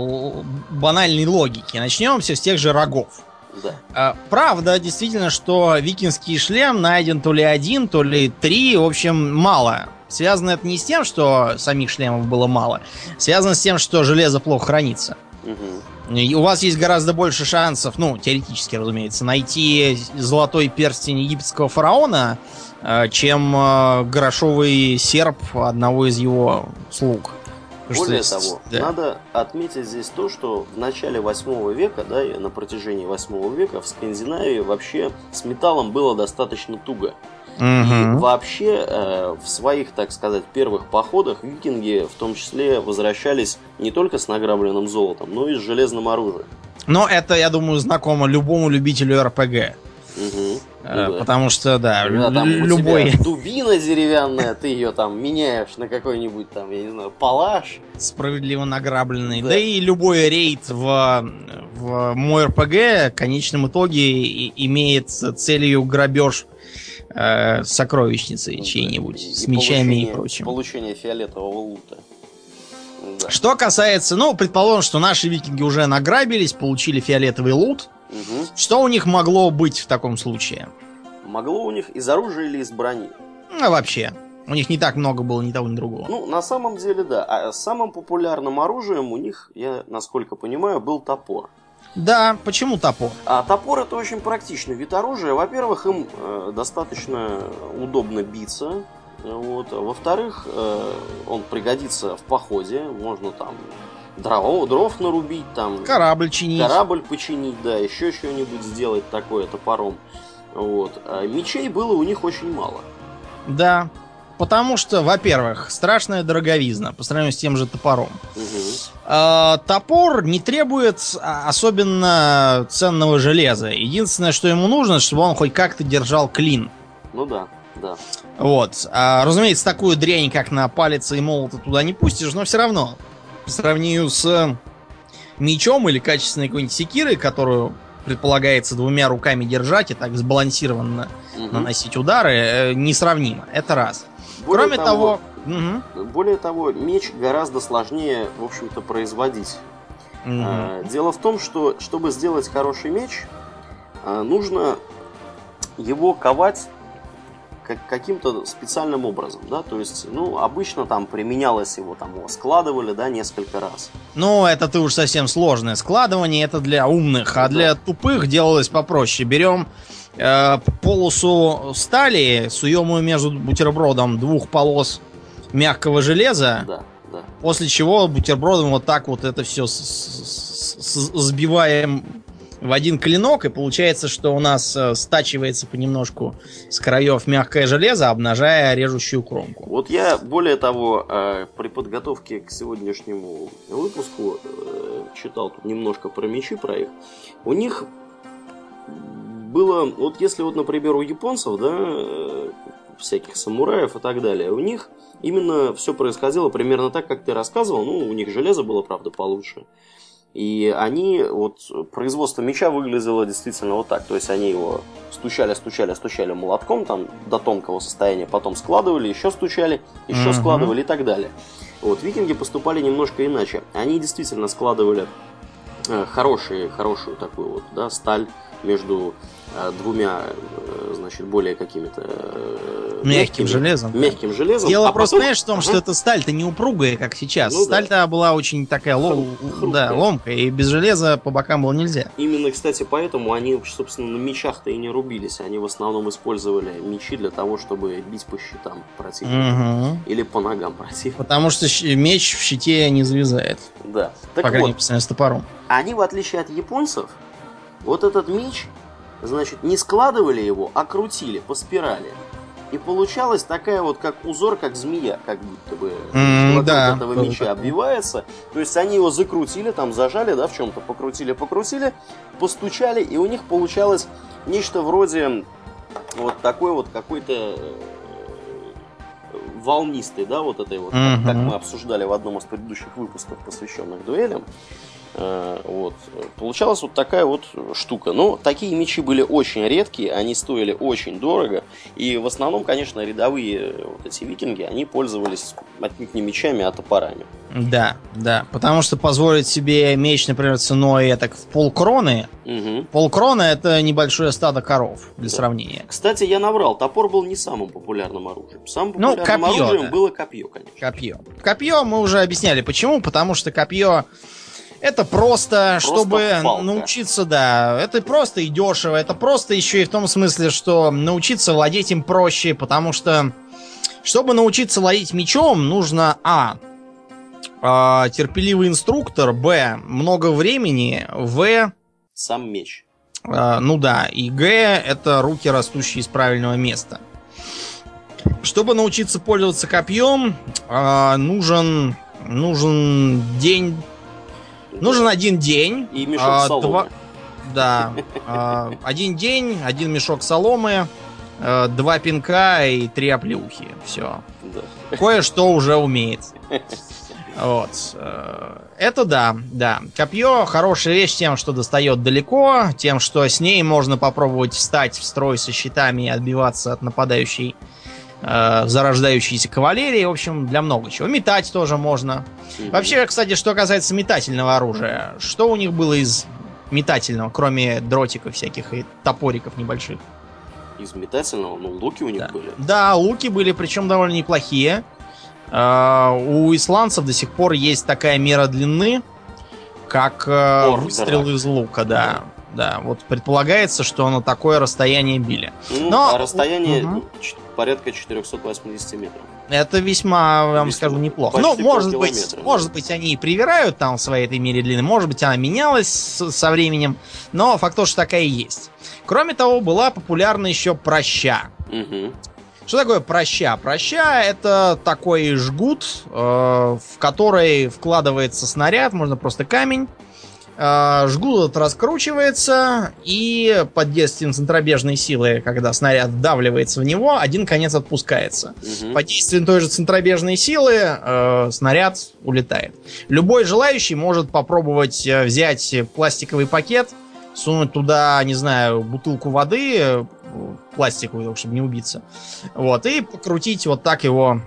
банальной логики. Начнем все с тех же рогов. Да. Правда, действительно, что викингский шлем найден то ли 1, то ли 3, в общем, мало. Связано это не с тем, что самих шлемов было мало, связано с тем, что железо плохо хранится. Угу. И у вас есть гораздо больше шансов, ну, теоретически, разумеется, найти золотой перстень египетского фараона, чем грошовый серп одного из его слуг. Более того, да, надо отметить здесь то, что в начале 8 века, да, и на протяжении 8 века в Скандинавии вообще с металлом было достаточно туго. Угу. И вообще в своих, так сказать, первых походах викинги в том числе возвращались не только с награбленным золотом, но и с железным оружием. Но это, я думаю, знакомо любому любителю РПГ. Угу. Потому что, да, там любой... У тебя дубина деревянная, ты ее там меняешь на какой-нибудь там, я не знаю, палаш. Справедливо награбленный. Да и любой рейд в мой РПГ в конечном итоге имеет целью грабеж сокровищницы чьей-нибудь с мечами и прочим. Получение фиолетового лута. Да. Что касается, ну, предположим, что наши викинги уже награбились, получили фиолетовый лут. Угу. Что у них могло быть в таком случае? Могло у них из оружия или из брони? Ну, вообще. У них не так много было ни того, ни другого. Ну, на самом деле, да. А самым популярным оружием у них, я насколько понимаю, был топор. Да, почему топор? А топор — это очень практичный вид оружия. Во-первых, им достаточно удобно биться. Вот. Во-вторых, он пригодится в походе. Можно там дров нарубить, там корабль чинить. Корабль починить, да, еще что-нибудь сделать такое топором. Вот. А мечей было у них очень мало. Да. Потому что, во-первых, страшная дороговизна по сравнению с тем же топором. Угу. Топор не требует особенно ценного железа. Единственное, что ему нужно, чтобы он хоть как-то держал клин. Ну да, да. Вот. Разумеется, такую дрянь, как на палец и молот, туда не пустишь, но все равно. По сравнению с мечом или качественной какой-нибудь секирой, которую предполагается 2 руками держать и так сбалансированно наносить удары, несравнимо. Это раз. Кроме того... Более того, меч гораздо сложнее, в общем-то, производить. Дело в том, что, чтобы сделать хороший меч, нужно его ковать каким-то специальным образом, да, то есть, ну, обычно там применялось его складывали, да, несколько раз. Ну, это ты уж совсем сложное складывание, это для умных, а для тупых делалось попроще. Берем полосу стали, суем ее между бутербродом 2 полос мягкого железа, после чего бутербродом вот так вот это все сбиваем в один клинок, и получается, что у нас стачивается понемножку с краев мягкое железо, обнажая режущую кромку. Вот я, более того, при подготовке к сегодняшнему выпуску читал тут немножко про мечи, про их. У них было, вот если вот, например, у японцев, да, всяких самураев и так далее. У них именно все происходило примерно так, как ты рассказывал. Ну, у них железо было, правда, получше. И они, вот, производство меча выглядело действительно вот так. То есть они его стучали молотком там до тонкого состояния, потом складывали, еще стучали, еще складывали и так далее. Вот, викинги поступали немножко иначе. Они действительно складывали хорошую такую вот, да, сталь между двумя, значит, более какими-то мягким железом. Дело просто, понимаешь, в том, что эта сталь-то не упругая, как сейчас. Ну, сталь-то была очень такая ломкая, и без железа по бокам было нельзя. Именно, кстати, поэтому они, собственно, на мечах-то и не рубились. Они в основном использовали мечи для того, чтобы бить по щитам противника. Или по ногам противника. Потому что меч в щите не завязает. Да. Так по крайней мере, с топором. Они, в отличие от японцев, вот этот меч, значит, не складывали его, а крутили по спирали. И получалась такая вот, как узор, как змея, как будто бы вокруг этого меча обвивается. То есть они его закрутили, там зажали, да, в чем-то, покрутили, постучали, и у них получалось нечто вроде вот такой вот какой-то волнистой, да, вот этой вот, как мы обсуждали в одном из предыдущих выпусков, посвященных дуэлям. Вот. Получалась вот такая вот штука. Но такие мечи были очень редкие, они стоили очень дорого. И в основном, конечно, рядовые вот эти викинги, они пользовались отнюдь не мечами, а топорами. Да. Потому что позволить себе меч, например, ценой так в полкроны. Полкрона — это небольшое стадо коров, для сравнения. Кстати, я наврал, топор был не самым популярным оружием. Самым популярным оружием было копье, конечно. Копье мы уже объясняли почему. Потому что копье — это просто чтобы палка. научиться, да, это просто и дешево, это просто еще и в том смысле, что научиться владеть им проще, потому что, чтобы научиться владеть мечом, нужно терпеливый инструктор, много времени, сам меч. И это руки, растущие из правильного места. Чтобы научиться пользоваться копьем, нужен день. Нужен один день. И мешок соломы. Один день, один мешок соломы, 2 пинка и 3 оплеухи. Все. Да. Кое-что уже умеет. Вот. Это да. Копье — хорошая вещь тем, что достает далеко, тем, что с ней можно попробовать встать в строй со щитами и отбиваться от нападающей зарождающейся кавалерии. В общем, для много чего. Метать тоже можно. Вообще, кстати, что касается метательного оружия, что у них было из метательного, кроме дротиков всяких и топориков небольших? Из метательного? Луки у них были. Да, луки были, причем довольно неплохие. У исландцев до сих пор есть такая мера длины, как выстрел из лука, да. Да, вот предполагается, что на такое расстояние били. А расстояние порядка 480 метров. Это весьма, я вам скажу, неплохо. Может быть, они и привирают там в своей этой мере длины, может быть, она менялась со временем, но факт то, что такая и есть. Кроме того, была популярна еще праща. Что такое праща? Праща — это такой жгут, в который вкладывается снаряд, можно просто камень. Жгут этот раскручивается, и под действием центробежной силы, когда снаряд вдавливается в него, один конец отпускается. Под действием той же центробежной силы снаряд улетает. Любой желающий может попробовать взять пластиковый пакет, сунуть туда, не знаю, бутылку воды, пластиковую, чтобы не убиться, вот, и покрутить вот так его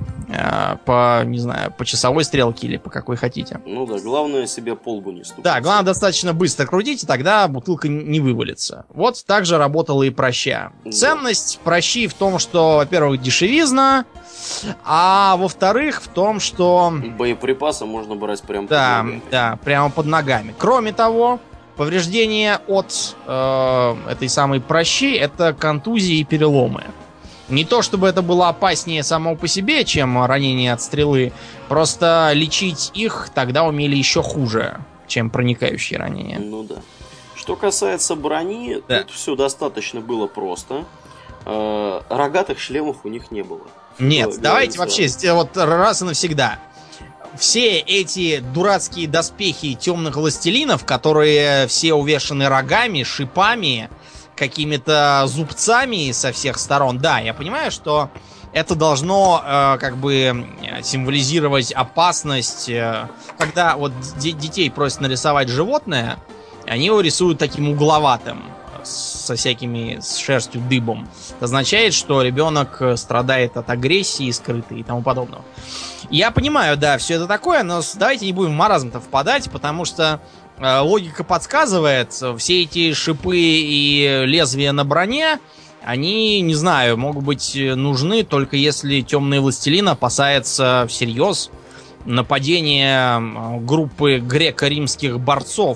по часовой стрелке или по какой хотите. Ну да, главное себе по лбу не стукнуть. Да, главное достаточно быстро крутить, и тогда бутылка не вывалится. Вот так же работала и праща. Да. Ценность пращи в том, что, во-первых, дешевизна, а во-вторых, в том, что... боеприпасы можно брать прямо под ногами. Да, прямо под ногами. Кроме того, повреждения от этой самой пращи — это контузии и переломы. Не то чтобы это было опаснее само по себе, чем ранение от стрелы, просто лечить их тогда умели еще хуже, чем проникающие ранения. Ну да. Что касается брони, тут все достаточно было просто. Рогатых шлемов у них не было. Нет, давайте вообще вот раз и навсегда. Все эти дурацкие доспехи темных властелинов, которые все увешаны рогами, шипами, какими-то зубцами со всех сторон. Да, я понимаю, что это должно как бы символизировать опасность. Когда вот детей просят нарисовать животное, они его рисуют таким угловатым, со всякими, с шерстью дыбом. Это означает, что ребенок страдает от агрессии скрытой и тому подобного. Я понимаю, да, все это такое, но давайте не будем в маразм-то впадать, потому что логика подсказывает, все эти шипы и лезвия на броне, они, не знаю, могут быть нужны только если темный властелин опасается всерьез нападения группы греко-римских борцов,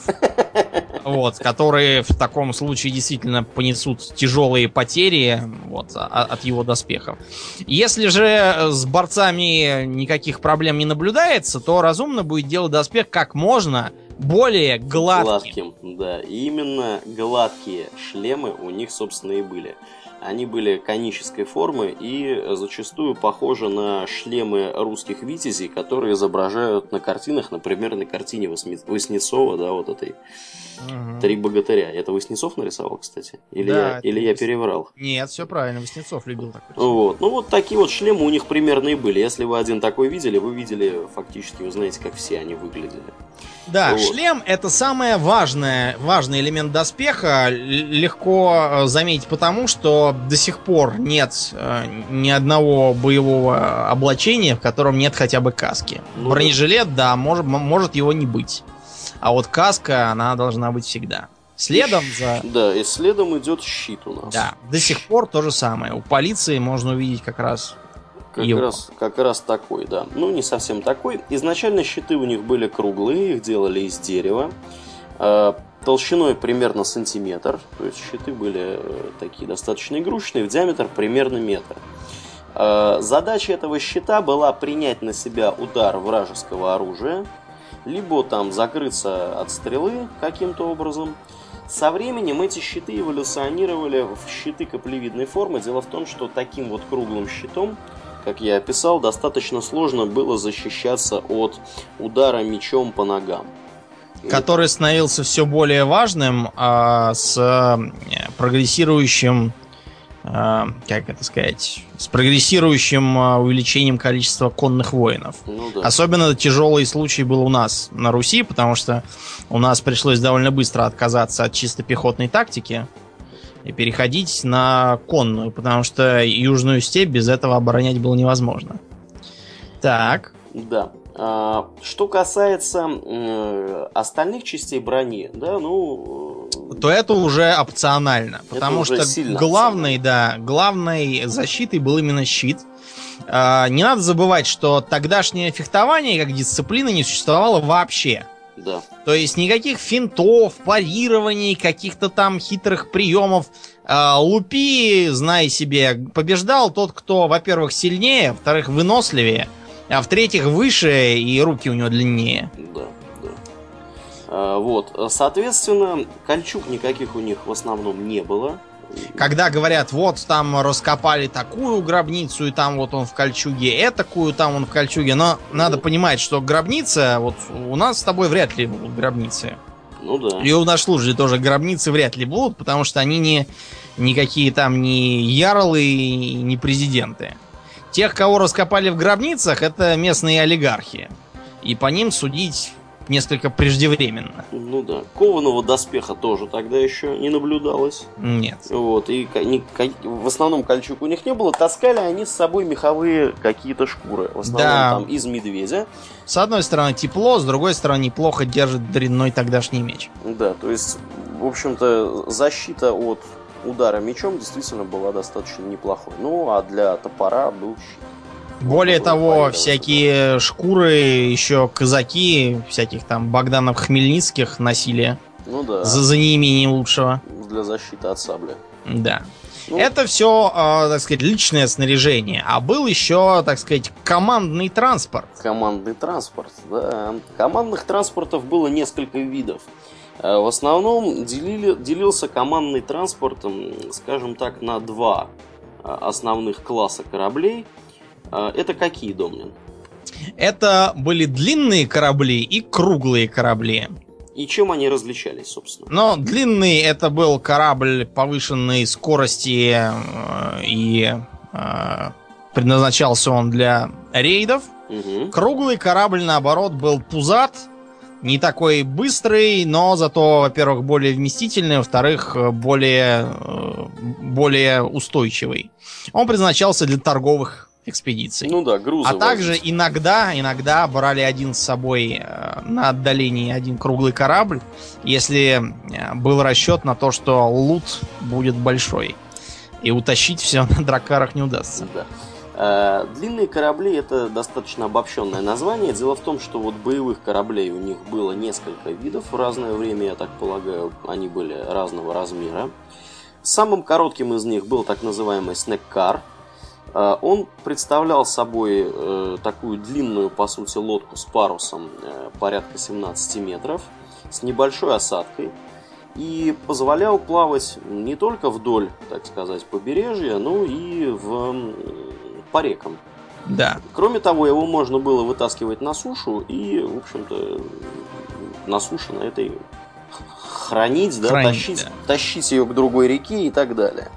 вот, которые в таком случае действительно понесут тяжелые потери вот, от его доспехов. Если же с борцами никаких проблем не наблюдается, то разумно будет делать доспех как можно более гладким. Да, и именно гладкие шлемы у них, собственно, и были. Они были конической формы и зачастую похожи на шлемы русских витязей, которые изображают на картинах, например, на картине Васнецова, да, вот этой «Три богатыря». Это Васнецов нарисовал, кстати? Или я переврал? Нет, все правильно, Васнецов любил такой. Вот. Ну вот такие вот шлемы у них примерно и были. Если вы один такой видели, вы видели фактически, вы знаете, как все они выглядели. Да, вот. Шлем — это самый важный элемент доспеха. Легко заметить потому, что до сих пор нет ни одного боевого облачения, в котором нет хотя бы каски. Ну, бронежилет, да, может его не быть. А вот каска, она должна быть всегда. Следом за... Да, и следом идет щит у нас. Да, до сих пор то же самое. У полиции можно увидеть как раз... Как раз такой, да. Ну, не совсем такой. Изначально щиты у них были круглые, их делали из дерева. Толщиной примерно сантиметр. То есть щиты были такие достаточно игрушечные, в диаметр примерно метр. Задача этого щита была принять на себя удар вражеского оружия, либо там закрыться от стрелы каким-то образом. Со временем эти щиты эволюционировали в щиты каплевидной формы. Дело в том, что таким вот круглым щитом, как я описал, достаточно сложно было защищаться от удара мечом по ногам. Который становился все более важным с прогрессирующим, как это сказать, с прогрессирующим увеличением количества конных воинов. Ну, да. Особенно тяжелый случай был у нас на Руси, потому что у нас пришлось довольно быстро отказаться от чисто пехотной тактики и переходить на конную, потому что Южную степь без этого оборонять было невозможно. Так. Да. Что касается остальных частей брони, да, ну... То это уже опционально, потому что главной защитой был именно щит. Не надо забывать, что тогдашнее фехтование как дисциплина не существовало вообще. Да. То есть никаких финтов, парирований, каких-то там хитрых приемов. Лупи, знай себе, побеждал тот, кто, во-первых, сильнее, во-вторых, выносливее, а в-третьих, выше и руки у него длиннее. Да, да. Вот, соответственно, кольчуг никаких у них в основном не было. Когда говорят, вот там раскопали такую гробницу, и там вот он в кольчуге, этакую, там он в кольчуге. Но надо понимать, что гробница, вот у нас с тобой вряд ли будут гробницы. Ну да. И у наших слушателей тоже гробницы вряд ли будут, потому что они никакие там не ярлы, не президенты. Тех, кого раскопали в гробницах, это местные олигархи. И по ним судить несколько преждевременно. Ну да. Кованого доспеха тоже тогда еще не наблюдалось. Нет. Вот. И в основном кольчуг у них не было. Таскали они с собой меховые какие-то шкуры. В основном там из медведя. С одной стороны тепло, с другой стороны плохо держит дрянной тогдашний меч. Да, то есть, в общем-то, защита от удара мечом действительно была достаточно неплохой. Ну, а для топора был щит. Более того, всякие шкуры, еще казаки всяких там Богданов Хмельницких носили. Ну да. За неимением лучшего. Для защиты от сабли. Да. Ну, это все, так сказать, личное снаряжение. А был еще, так сказать, командный транспорт. Командный транспорт, да. Командных транспортов было несколько видов. В основном делился командный транспорт, скажем так, на два основных класса кораблей. Это какие, Домнин? Это были длинные корабли и круглые корабли. И чем они различались, собственно? Но длинный это был корабль повышенной скорости и предназначался он для рейдов. Круглый корабль, наоборот, был пузат, не такой быстрый, но зато, во-первых, более вместительный, во-вторых, более устойчивый. Он предназначался для торговых экспедиций. Ну да, грузы. А также иногда брали один с собой на отдалении один круглый корабль, если был расчет на то, что лут будет большой. И утащить все на дракарах не удастся. Да. Длинные корабли — это достаточно обобщенное название. Дело в том, что вот боевых кораблей у них было несколько видов в разное время, я так полагаю, они были разного размера. Самым коротким из них был так называемый снэк-кар. Он представлял собой такую длинную, по сути, лодку с парусом порядка 17 метров, с небольшой осадкой, и позволял плавать не только вдоль, так сказать, побережья, но и по рекам. Да. Кроме того, его можно было вытаскивать на сушу и, в общем-то, на суше на этой хранить, тащить ее к другой реке и так далее.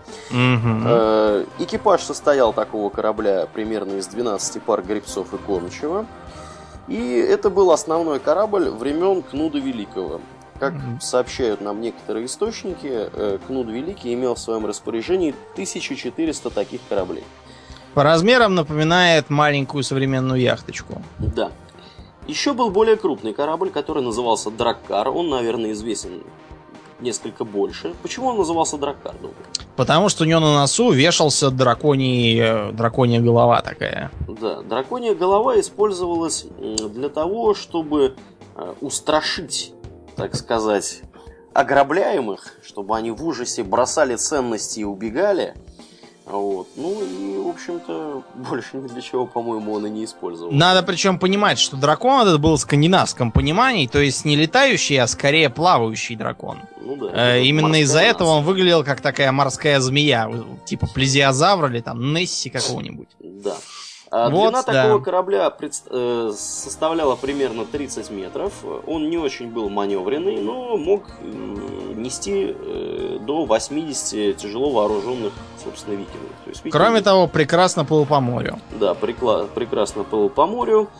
Экипаж состоял такого корабля примерно из 12 пар гребцов и кормчего. И это был основной корабль времен Кнуда Великого. Как сообщают нам некоторые источники, Кнуд Великий имел в своем распоряжении 1400 таких кораблей. По размерам напоминает маленькую современную яхточку. Да. Еще был более крупный корабль, который назывался Драккар. Он, наверное, известен несколько больше. Почему он назывался Драккар, думаю? Потому что у него на носу вешался драконья голова такая. Да, драконья голова использовалась для того, чтобы устрашить, так сказать, ограбляемых, чтобы они в ужасе бросали ценности и убегали. Вот. Ну и, в общем-то, больше ни для чего, по-моему, он и не использовал. Надо причем понимать, что дракон этот был в скандинавском понимании, то есть не летающий, а скорее плавающий дракон. Ну да. Именно из-за этого он выглядел как такая морская змея, типа плезиозавра или там Несси какого-нибудь. Да. Длина такого корабля составляла примерно 30 метров. Он не очень был маневренный, но мог нести до 80 тяжело вооруженных, собственно, викингов. То есть, кроме того, прекрасно плыл по морю. Да, прекрасно плыл по морю.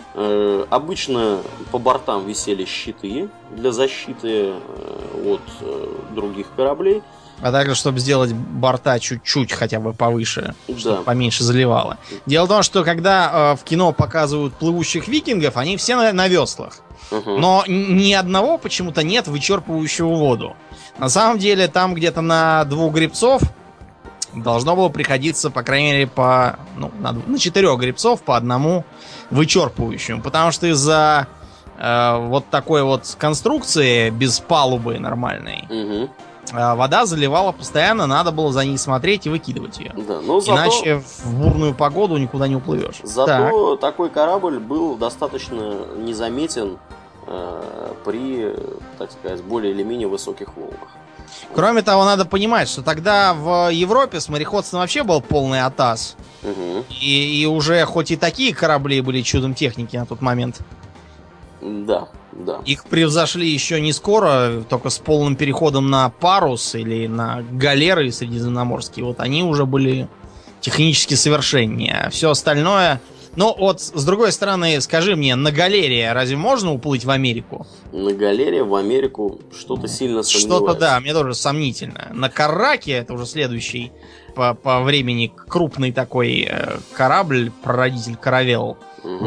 Обычно по бортам висели щиты для защиты от других кораблей. А также, чтобы сделать борта чуть-чуть хотя бы повыше, чтобы поменьше заливало. Дело в том, что когда в кино показывают плывущих викингов, они все на веслах. Но ни одного почему-то нет вычерпывающего воду. На самом деле, там где-то на 2 гребцов должно было приходиться, по крайней мере, на 4 гребцов по одному вычерпывающему. Потому что из-за вот такой вот конструкции без палубы нормальной, вода заливала постоянно, надо было за ней смотреть и выкидывать ее. Да, иначе в бурную погоду никуда не уплывешь. Зато такой корабль был достаточно незаметен при, так сказать, более или менее высоких волнах. Кроме того, надо понимать, что тогда в Европе с мореходством вообще был полный атас. И уже хоть и такие корабли были чудом техники на тот момент. Да. Их превзошли еще не скоро, только с полным переходом на парус или на галеры средиземноморские. Вот они уже были технически совершеннее. А все остальное... Ну, вот, с другой стороны, скажи мне, на галере разве можно уплыть в Америку? На галере в Америку что-то сильно сомневаюсь. Что-то, да, мне тоже сомнительно. На карраке, это уже следующий по времени крупный такой корабль, прародитель каравелл.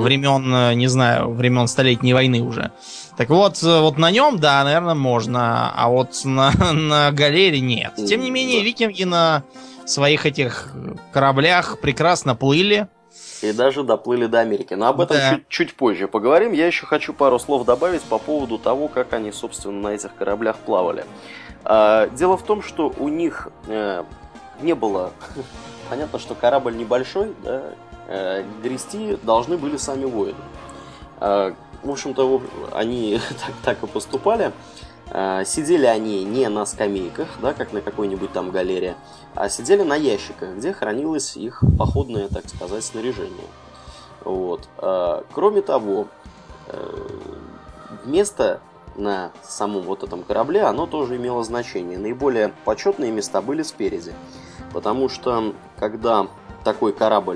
Времен Столетней войны уже. Так вот на нем, да, наверное, можно, а вот на галере нет. Тем не менее, викинги на своих этих кораблях прекрасно плыли. И даже доплыли до Америки. Но об этом чуть позже поговорим. Я еще хочу пару слов добавить по поводу того, как они, собственно, на этих кораблях плавали. Дело в том, что у них не было... Понятно, что корабль небольшой, да, грести должны были сами воины. В общем-то, они так и поступали. Сидели они не на скамейках, да, как на какой-нибудь там галере, а сидели на ящиках, где хранилось их походное, так сказать, снаряжение. Вот. Кроме того, место на самом вот этом корабле, оно тоже имело значение. Наиболее почетные места были спереди. Потому что, когда такой корабль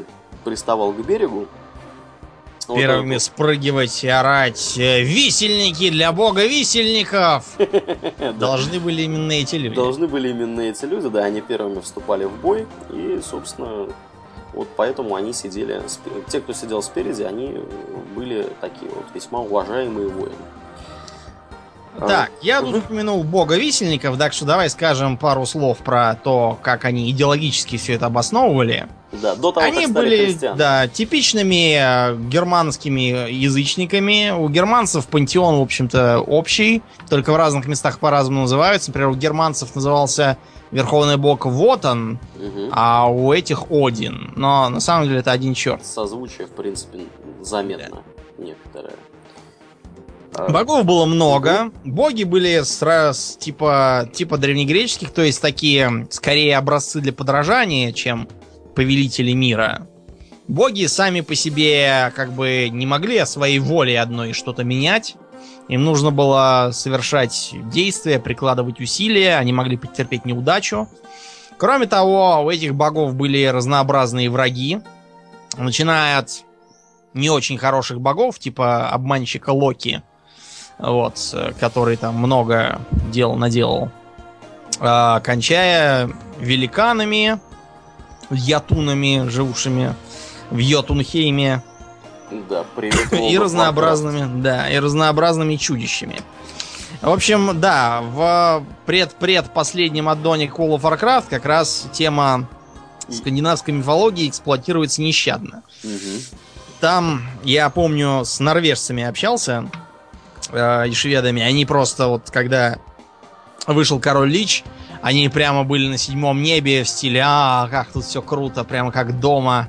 приставал к берегу. Первыми спрыгивать и орать: «Висельники для бога висельников!» Должны были именно эти люди. Должны были именно эти люди, да, они первыми вступали в бой. И, собственно, вот поэтому они сидели... Те, кто сидел спереди, они были такие вот весьма уважаемые воины. Так, я тут упомянул бога висельников, так что давай скажем пару слов про то, как они идеологически все это обосновывали. Да, до того, они как стали были, христианами. да, типичными германскими язычниками. У германцев пантеон, в общем-то, общий, только в разных местах по-разному называются. Например, у германцев назывался верховный бог Вотан, а у этих Один. Но на самом деле это один черт. Созвучие, в принципе, заметно некоторое. Богов было много. Боги были типа древнегреческих, то есть такие скорее образцы для подражания, чем повелители мира. Боги сами по себе как бы не могли своей волей одной что-то менять. Им нужно было совершать действия, прикладывать усилия, они могли потерпеть неудачу. Кроме того, у этих богов были разнообразные враги, начиная от не очень хороших богов, типа обманщика Локи, вот, который там много дел наделал, кончая великанами, ятунами, жившими в Йотунхейме, да, привет, и разнообразными чудищами. В общем, да, в предпоследнем аддоне World of Warcraft как раз тема скандинавской мифологии эксплуатируется нещадно. Там, я помню, с норвежцами общался, и шведами. Они просто вот, когда вышел Король Лич, они прямо были на 7-м небе в стиле: как тут все круто, прямо как дома.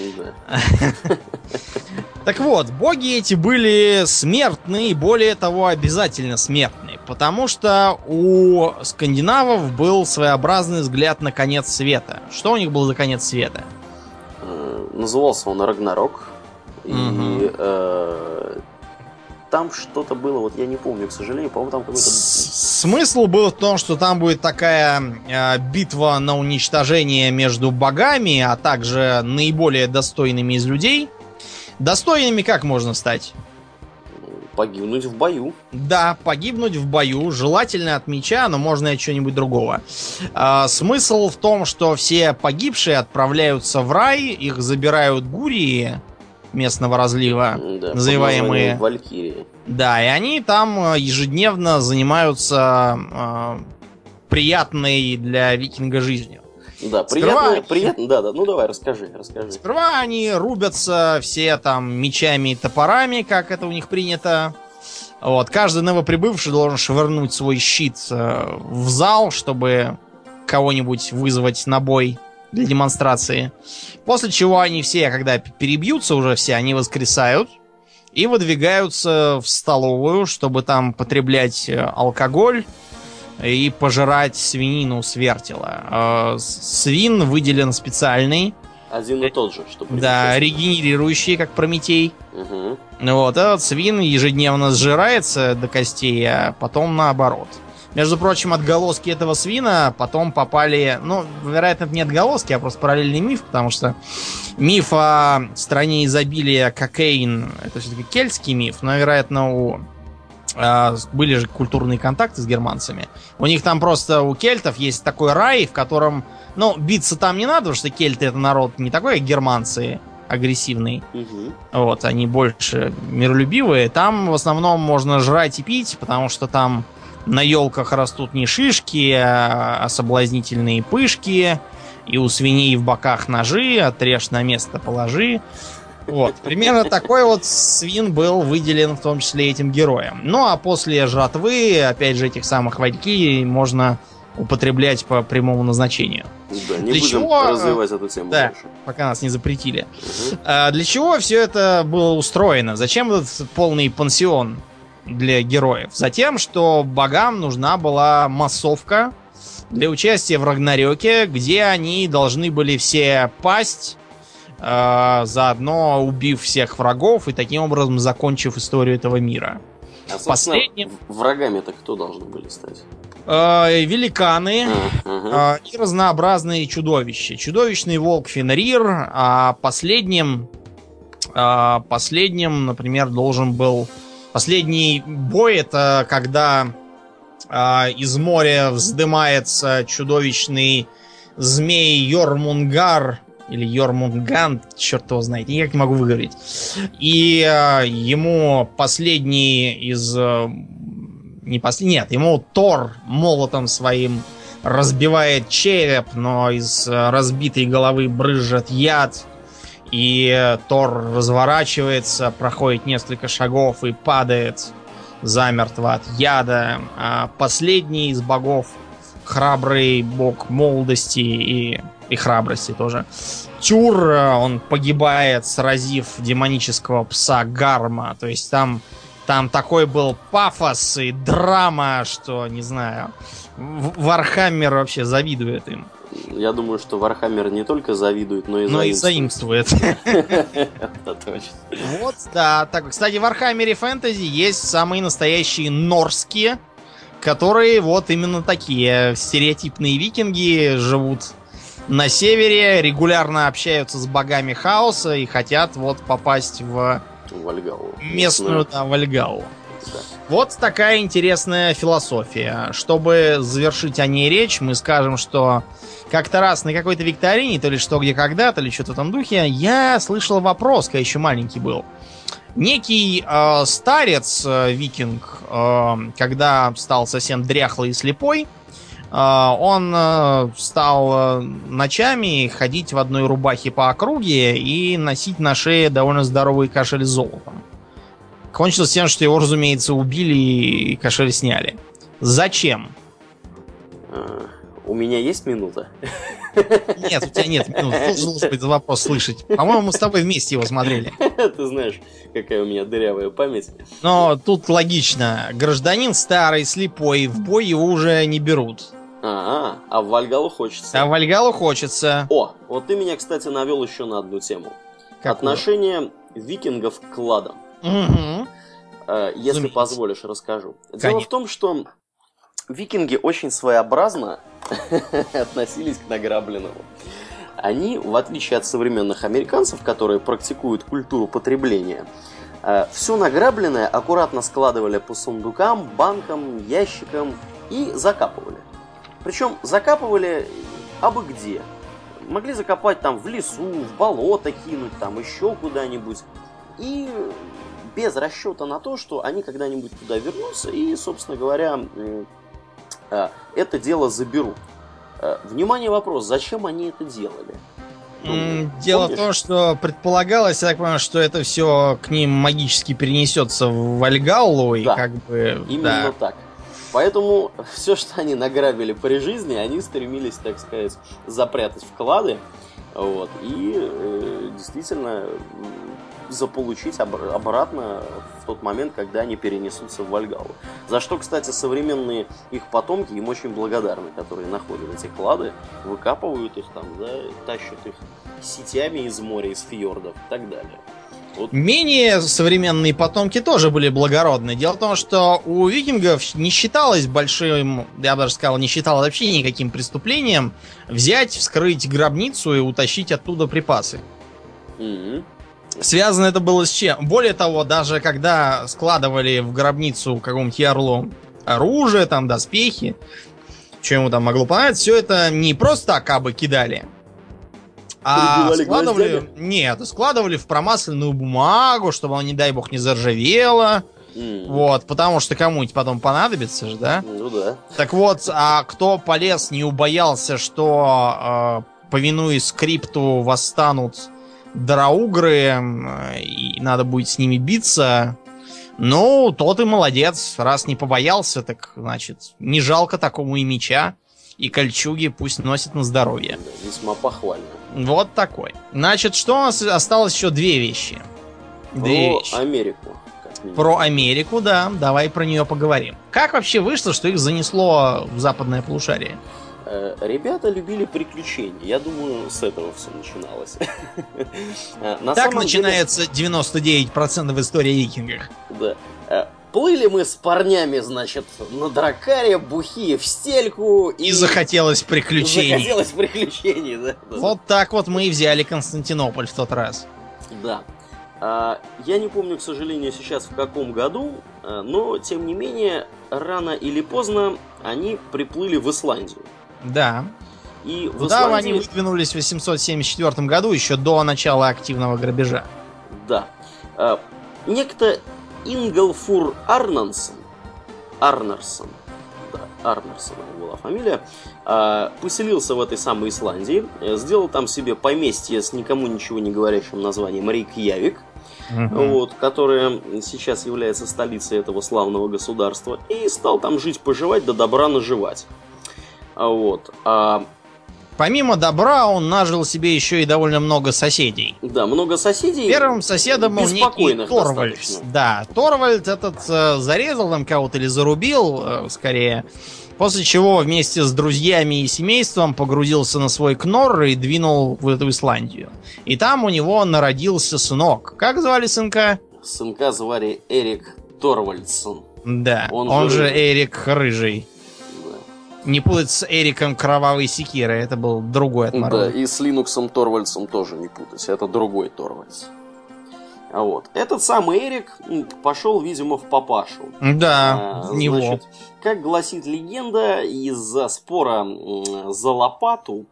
Так вот, боги эти были смертны, и более того, обязательно смертны, потому что у скандинавов был своеобразный взгляд на конец света. Что у них был за конец света? Назывался он Рагнарок. И там что-то было, вот я не помню, к сожалению, по-моему, там какой-то... Смысл был в том, что там будет такая битва на уничтожение между богами, а также наиболее достойными из людей. Достойными как можно стать? Погибнуть в бою. Да, погибнуть в бою, желательно от меча, но можно и от чего-нибудь другого. Смысл в том, что все погибшие отправляются в рай, их забирают гурии местного разлива, да, называемые валькирии. Да, и они там ежедневно занимаются приятной для викинга жизнью. Да, приятно, да, ну давай, расскажи. Сперва они рубятся все там мечами и топорами, как это у них принято. Вот, каждый новоприбывший должен швырнуть свой щит в зал, чтобы кого-нибудь вызвать на бой для демонстрации. После чего они все, когда перебьются уже все, они воскресают и выдвигаются в столовую, чтобы там потреблять алкоголь и пожирать свинину с вертела. Свин выделен специальный. Один и тот же, чтобы... Да, регенерирующий, как Прометей. Вот, этот свин ежедневно сжирается до костей, а потом наоборот. Между прочим, отголоски этого свина потом попали... Ну, вероятно, это не отголоски, а просто параллельный миф, потому что миф о стране изобилия кокаин — это все-таки кельтский миф, но, вероятно, были же культурные контакты с германцами. У них там просто, у кельтов есть такой рай, в котором... Ну, биться там не надо, потому что кельты — это народ не такой, как германцы, агрессивный. Вот, они больше миролюбивые. Там в основном можно жрать и пить, потому что там на елках растут не шишки, а соблазнительные пышки. И у свиней в боках ножи, отрежь на место, положи. Вот, примерно такой вот свин был выделен в том числе этим героям. Ну, а после жатвы, опять же, этих самых валькирий можно употреблять по прямому назначению. Да, не будем развивать эту тему дальше. Пока нас не запретили. Для чего все это было устроено? Зачем этот полный пансион для героев? Затем, что богам нужна была массовка для участия в Рагнарёке, где они должны были все пасть, заодно убив всех врагов и таким образом закончив историю этого мира. А, последним... врагами-то кто должны были стать? великаны и разнообразные чудовища. Чудовищный волк Фенрир, а последним, например, должен был... Последний бой — это когда из моря вздымается чудовищный змей Йормунгар, или Йормунганд, черт его знает, никак не могу выговорить. И ему последний из... ему Тор молотом своим разбивает череп, но из разбитой головы брызжет яд. И Тор разворачивается, проходит несколько шагов и падает замертво от яда. А последний из богов, храбрый бог молодости и храбрости тоже, Тюр, он погибает, сразив демонического пса Гарма. То есть там такой был пафос и драма, что, не знаю, Вархаммер вообще завидует им. Я думаю, что Вархаммер не только завидует, но и заимствует. Это точно. Вот, да. Так, кстати, в Вархаммере фэнтези есть самые настоящие норские, которые вот именно такие стереотипные викинги, живут на севере, регулярно общаются с богами хаоса и хотят вот попасть в Вальгаллу. Местную, да, Вальгаллу. Да. Вот такая интересная философия. Чтобы завершить о ней речь, мы скажем, что как-то раз на какой-то викторине, то ли что, где, когда, то ли что-то в этом духе, я слышал вопрос, когда еще маленький был. Некий старец, викинг, когда стал совсем дряхлый и слепой, он стал ночами ходить в одной рубахе по округе и носить на шее довольно здоровый кошель с золотом. Кончилось тем, что его, разумеется, убили и кошель сняли. Зачем? У меня есть минута? Нет, у тебя нет минуты. Ты должен был этот вопрос слышать. По-моему, мы с тобой вместе его смотрели. Ты знаешь, какая у меня дырявая память. Но тут логично. Гражданин старый, слепой, в бой его уже не берут. А в Вальгаллу хочется. А в Вальгаллу хочется. О, вот ты меня, кстати, навел еще на одну тему. Какую? Отношение викингов к кладам. Угу. Если позволишь, расскажу. Дело в том, что викинги очень своеобразно относились к награбленному. Они, в отличие от современных американцев, которые практикуют культуру потребления, все награбленное аккуратно складывали по сундукам, банкам, ящикам и закапывали. Причем закапывали абы где. Могли закопать там в лесу, в болото кинуть, там еще куда-нибудь. И без расчета на то, что они когда-нибудь туда вернутся и, собственно говоря, это дело заберут. Внимание, вопрос, зачем они это делали? Дело в том, что предполагалось, я так понимаю, что это все к ним магически перенесется в Вальгаллу, и как бы... Именно так. Поэтому все, что они награбили при жизни, они стремились, так сказать, запрятать в клады, вот, и действительно заполучить обратно в тот момент, когда они перенесутся в Вальгаллу. За что, кстати, современные их потомки им очень благодарны, которые находят эти клады, выкапывают их там, да, тащат их сетями из моря, из фьордов и так далее. Вот. Менее современные потомки тоже были благородны. Дело в том, что у викингов не считалось большим, я бы даже сказал, не считалось вообще никаким преступлением взять, вскрыть гробницу и утащить оттуда припасы. Связано это было с чем? Более того, даже когда складывали в гробницу какому-нибудь ярлу оружие, там, доспехи, что ему там могло понравиться, все это не просто так абы кидали, а складывали... Нет, складывали в промасленную бумагу, чтобы она, не дай бог, не заржавела. Вот, потому что кому-нибудь потом понадобится же, да? Ну да. Так вот, а кто полез, не убоялся, что, повинуясь скрипту, восстанут драугры, и надо будет с ними биться, ну, тот и молодец. Раз не побоялся, так, значит, не жалко такому и меча, и кольчуги пусть носит на здоровье. Да, весьма похвально. Вот такой. Значит, что у нас осталось еще две вещи. Америку. Про Америку, да. Давай про нее поговорим. Как вообще вышло, что их занесло в западное полушарие? Ребята любили приключения. Я думаю, с этого все начиналось. Так начинается 99% истории о викингах. Да. плыли мы с парнями, значит, на дракаре, бухие в стельку. И захотелось приключений. Захотелось приключений, да. Вот так вот мы и взяли Константинополь в тот раз. Да. Я не помню, к сожалению, сейчас в каком году, но, тем не менее, рано или поздно они приплыли в Исландию. Да. И в Туда Исландии... они выдвинулись в 874 году, еще до начала активного грабежа. Да. Некто Ингалфур Арнарсон, да, Арнарсон была фамилия, поселился в этой самой Исландии, сделал там себе поместье с никому ничего не говорящим названием Рейкьявик, вот, которая сейчас является столицей этого славного государства, и стал там жить-поживать, да добра наживать. Вот. Помимо добра, он нажил себе еще и довольно много соседей. Да, много соседей. Первым соседом был некий Торвальд. Достаточно. Да, Торвальд этот зарезал там кого-то или зарубил, скорее. После чего вместе с друзьями и семейством погрузился на свой кнор и двинул в эту Исландию. И там у него народился сынок. Как звали сынка? Сынка звали Эрик Торвальдсон. Да, он же Эрик Рыжий. Не путать с Эриком Кровавой Секиры, это был другой отморозок. Да, и с Линуксом Торвальдсом тоже не путать, это другой Торвальдс. Вот. Этот самый Эрик пошел, видимо, в папашу. Да, в него. Значит, как гласит легенда, из-за спора за лопату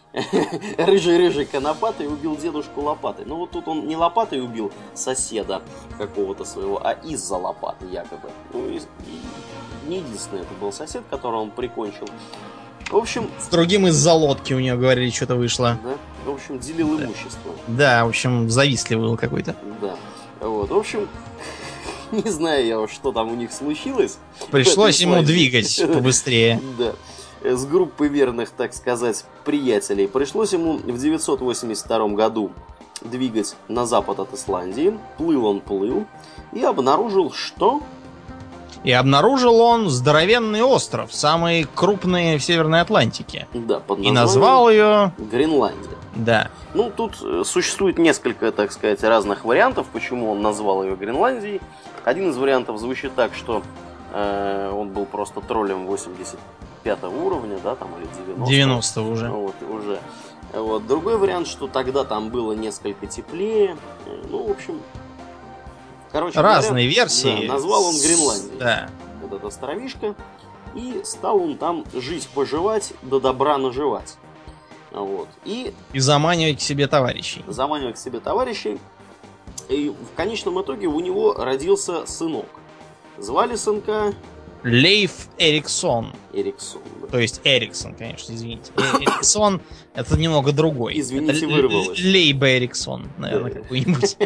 рыжий конопатый убил дедушку лопатой. Но вот тут он не лопатой убил соседа какого-то своего, а из-за лопаты якобы. Ну, и не единственный это был сосед, которого он прикончил. В общем... С другим из-за лодки у него, говорили, что-то вышло. Да? В общем, делил имущество. Да, в общем, завистливый был какой-то. Да. Вот, в общем, не знаю я, что там у них случилось. Пришлось ему двигать побыстрее. Да. С группой верных, так сказать, приятелей. Пришлось ему в 982 году двигать на запад от Исландии. Плыл и обнаружил, что... И обнаружил он здоровенный остров, самый крупный в Северной Атлантике. Да, под названием... И назвал ее... Гренландия. Да. Ну, тут существует несколько, так сказать, разных вариантов, почему он назвал ее Гренландией. Один из вариантов звучит так, что он был просто троллем 85 уровня, да, там, или 90. 90 уже. Вот, уже. Вот. Другой вариант, что тогда там было несколько теплее. Ну, в общем... Короче разные говоря, версии. Да, назвал он Гренландией. Да. Этот островишко. И стал он там жить-поживать, да добра наживать. Вот. И заманивать к себе товарищей. Заманивать к себе товарищей. И в конечном итоге у него родился сынок. Звали сынка... Лейф Эриксон. Эриксон, да. То есть Эриксон, конечно, извините. Эриксон это немного другой. Извините, вырвалось. Лейба Эриксон, наверное, какой-нибудь.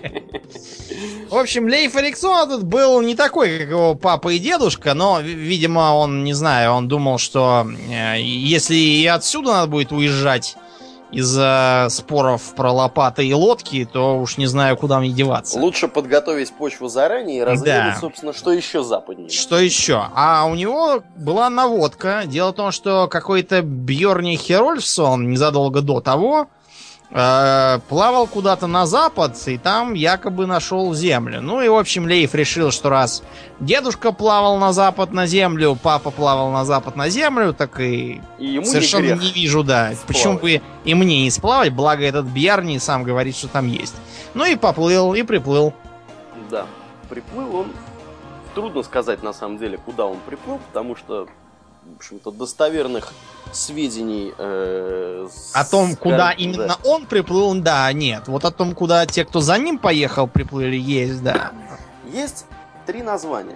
В общем, Лейф Эриксон этот был не такой, как его папа и дедушка, но, видимо, он, не знаю, он думал, что если и отсюда надо будет уезжать из-за споров про лопаты и лодки, то уж не знаю, куда мне деваться. Лучше подготовить почву заранее и разведать, собственно, что еще западнее. Что еще? А у него была наводка. Дело в том, что какой-то Бьорни Херольфсон незадолго до того плавал куда-то на запад и там якобы нашел землю. Ну и, в общем, Лейф решил, что раз дедушка плавал на запад на землю, папа плавал на запад на землю, так и ему совершенно не вижу, да, почему бы и мне не сплавать, благо этот Бьярни сам говорит, что там есть. Ну и поплыл, и приплыл. Да, приплыл он. Трудно сказать, на самом деле, куда он приплыл, потому что, в общем-то, достоверных сведений о том, куда именно он приплыл, да, нет. Вот о том, куда те, кто за ним поехал, приплыли, есть, да. Есть 3 названия.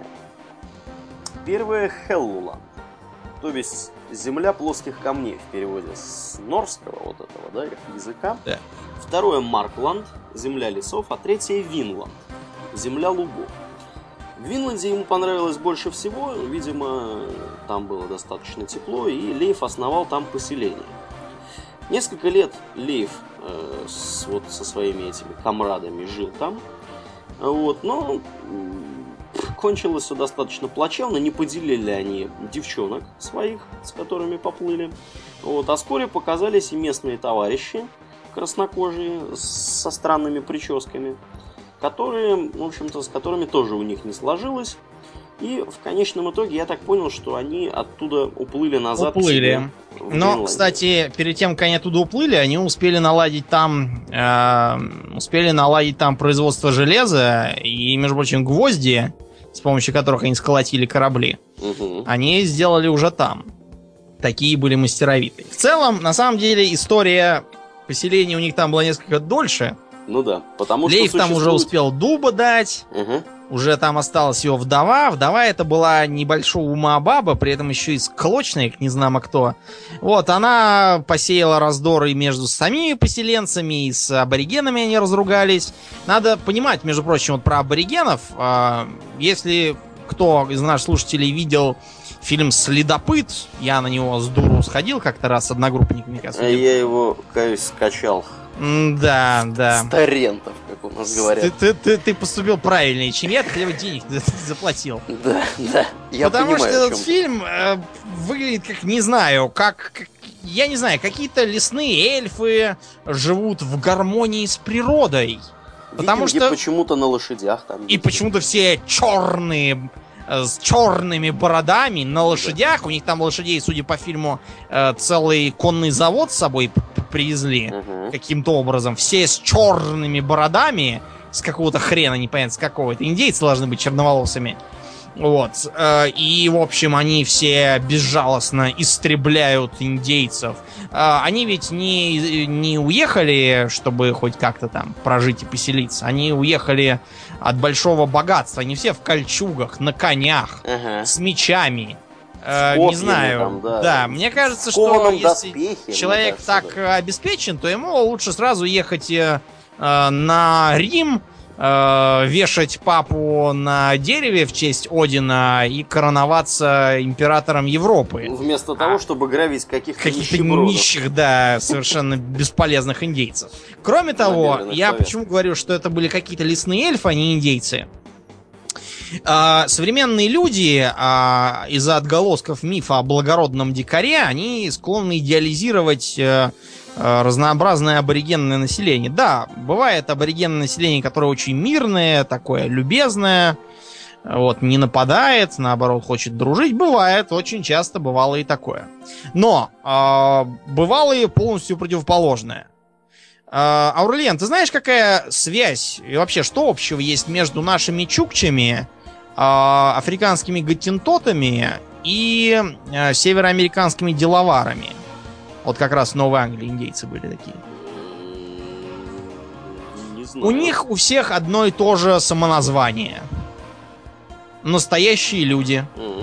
Первое — Хеллуланд, то есть земля плоских камней в переводе с норского вот этого, да, их языка. Да. Второе — Маркланд, земля лесов, а третье — Винланд, земля лугов. В Винланде ему понравилось больше всего, видимо, там было достаточно тепло, и Лейф основал там поселение. Несколько лет Лейф вот со своими этими комрадами жил там, вот, но кончилось все достаточно плачевно, не поделили они девчонок своих, с которыми поплыли, вот, а вскоре показались и местные товарищи краснокожие со странными прическами, которые, в общем-то, с которыми тоже у них не сложилось. И в конечном итоге я так понял, что они оттуда уплыли назад. Уплыли. Но, кстати, перед тем, как они оттуда уплыли, они успели наладить там производство железа и, между прочим, гвозди, с помощью которых они сколотили корабли. Угу. Они сделали уже там. Такие были мастеровитые. В целом, на самом деле, история поселения у них там была несколько дольше. Ну да, потому что Лейф там уже успел дуба дать. Угу. Уже там осталась его вдова. Вдова это была небольшого ума баба, при этом еще и склочная, не знамо кто. Вот, она посеяла раздоры между самими поселенцами, и с аборигенами они разругались. Надо понимать, между прочим, вот про аборигенов. Если кто из наших слушателей видел фильм «Следопыт», я на него с дуру сходил как-то раз с одногруппником, мне кажется. Я его, кажется, скачал. Да, да. С торрентов, как у нас говорят. Ты поступил правильнее, чем я, ты хотя бы денег заплатил. Да, да. Я Потому понимаю, что этот фильм выглядит как, не знаю, я не знаю, какие-то лесные эльфы живут в гармонии с природой. Потому что почему-то на лошадях там. И почему-то все черные, с черными бородами на лошадях. У них там лошадей, судя по фильму, целый конный завод с собой привезли каким-то образом. Все с черными бородами, с какого-то хрена, непонятно с какого. Это индейцы должны быть черноволосыми. Вот. И, в общем, они все безжалостно истребляют индейцев. Они ведь не уехали, чтобы хоть как-то там прожить и поселиться. Они уехали от большого богатства. Они все в кольчугах, на конях, с мечами. Не знаю. Там, да, мне кажется, что если человек так обеспечен, то ему лучше сразу ехать на Рим, вешать папу на дереве в честь Одина и короноваться императором Европы. Вместо того, чтобы грабить каких-то нищих, да, совершенно бесполезных индейцев. Кроме того, я почему говорю, что это были какие-то лесные эльфы, а не индейцы? Современные люди из-за отголосков мифа о благородном дикаре, они склонны идеализировать разнообразное аборигенное население. Да, бывает аборигенное население, которое очень мирное, такое любезное, вот, не нападает, наоборот, хочет дружить. Бывает, очень часто бывало и такое. Но бывало и полностью противоположное. Аурлиен, ты знаешь, какая связь и вообще, что общего есть между нашими чукчами, африканскими гаттентотами и североамериканскими делаварами? Вот как раз в Новой Англии индейцы были такие. Не знаю. У них у всех одно и то же самоназвание. Настоящие люди.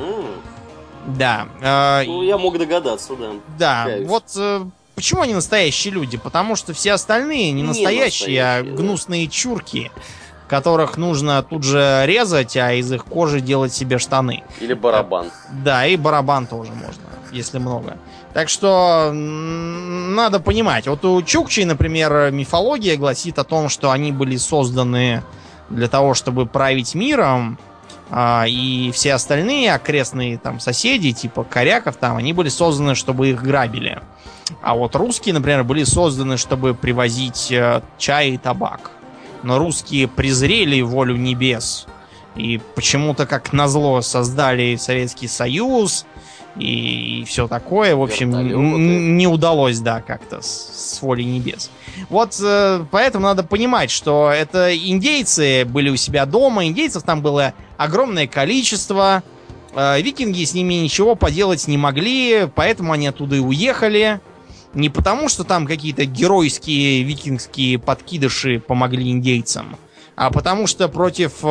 Да. Ну, я мог догадаться, да. Да, вот почему они настоящие люди? Потому что все остальные не настоящие, а гнусные чурки, которых нужно тут же резать, а из их кожи делать себе штаны. Или барабан. Да, и барабан тоже можно, если много. Так что надо понимать. Вот у чукчей, например, мифология гласит о том, что они были созданы для того, чтобы править миром, и все остальные окрестные там соседи, типа коряков там, они были созданы, чтобы их грабили. А вот русские, например, были созданы, чтобы привозить чай и табак. Но русские презрели волю небес и почему-то, как назло, создали Советский Союз и все такое. В общем, не удалось, да, как-то с волей небес. Вот поэтому надо понимать, что это индейцы были у себя дома, индейцев там было огромное количество, викинги с ними ничего поделать не могли, поэтому они оттуда и уехали. Не потому, что там какие-то геройские викингские подкидыши помогли индейцам, а потому что против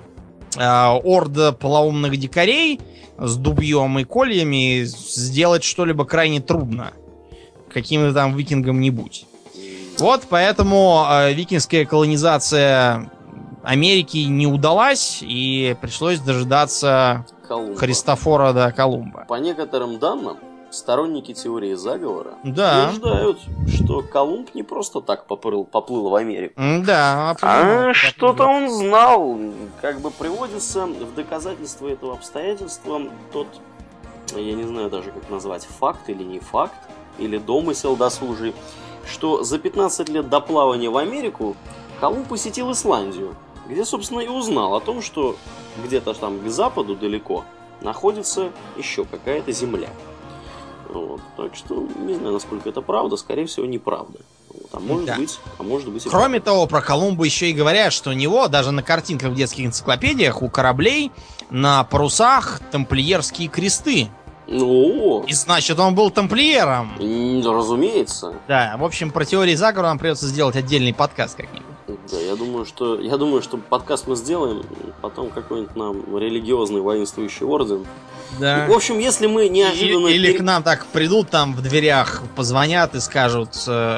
орд полоумных дикарей с дубьем и кольями сделать что-либо крайне трудно. Каким-то там викингом-нибудь. Вот поэтому викингская колонизация Америки не удалась, и пришлось дожидаться Христофора Колумба. По некоторым данным, сторонники теории заговора утверждают, что Колумб не просто так поплыл в Америку. Да, что-то он знал. Как бы приводится в доказательство этого обстоятельства тот, я не знаю даже как назвать, факт или не факт, или домысел досужий, что за 15 лет до плавания в Америку Колумб посетил Исландию, где, собственно, и узнал о том, что где-то там к западу далеко находится еще какая-то земля. Вот. Так что не знаю, насколько это правда, скорее всего, неправда. Вот. А может быть и Кроме правда. того, про Колумба еще и говорят, что у него даже на картинках в детских энциклопедиях у кораблей на парусах тамплиерские кресты. Ну, И значит, он был тамплиером. разумеется. Да, в общем, про теории заговора нам придется сделать отдельный подкаст как-нибудь. Да, я думаю, что подкаст мы сделаем, потом какой-нибудь нам религиозный воинствующий орден. Да. В общем, если мы неожиданно... Или к нам так придут, там в дверях позвонят и скажут: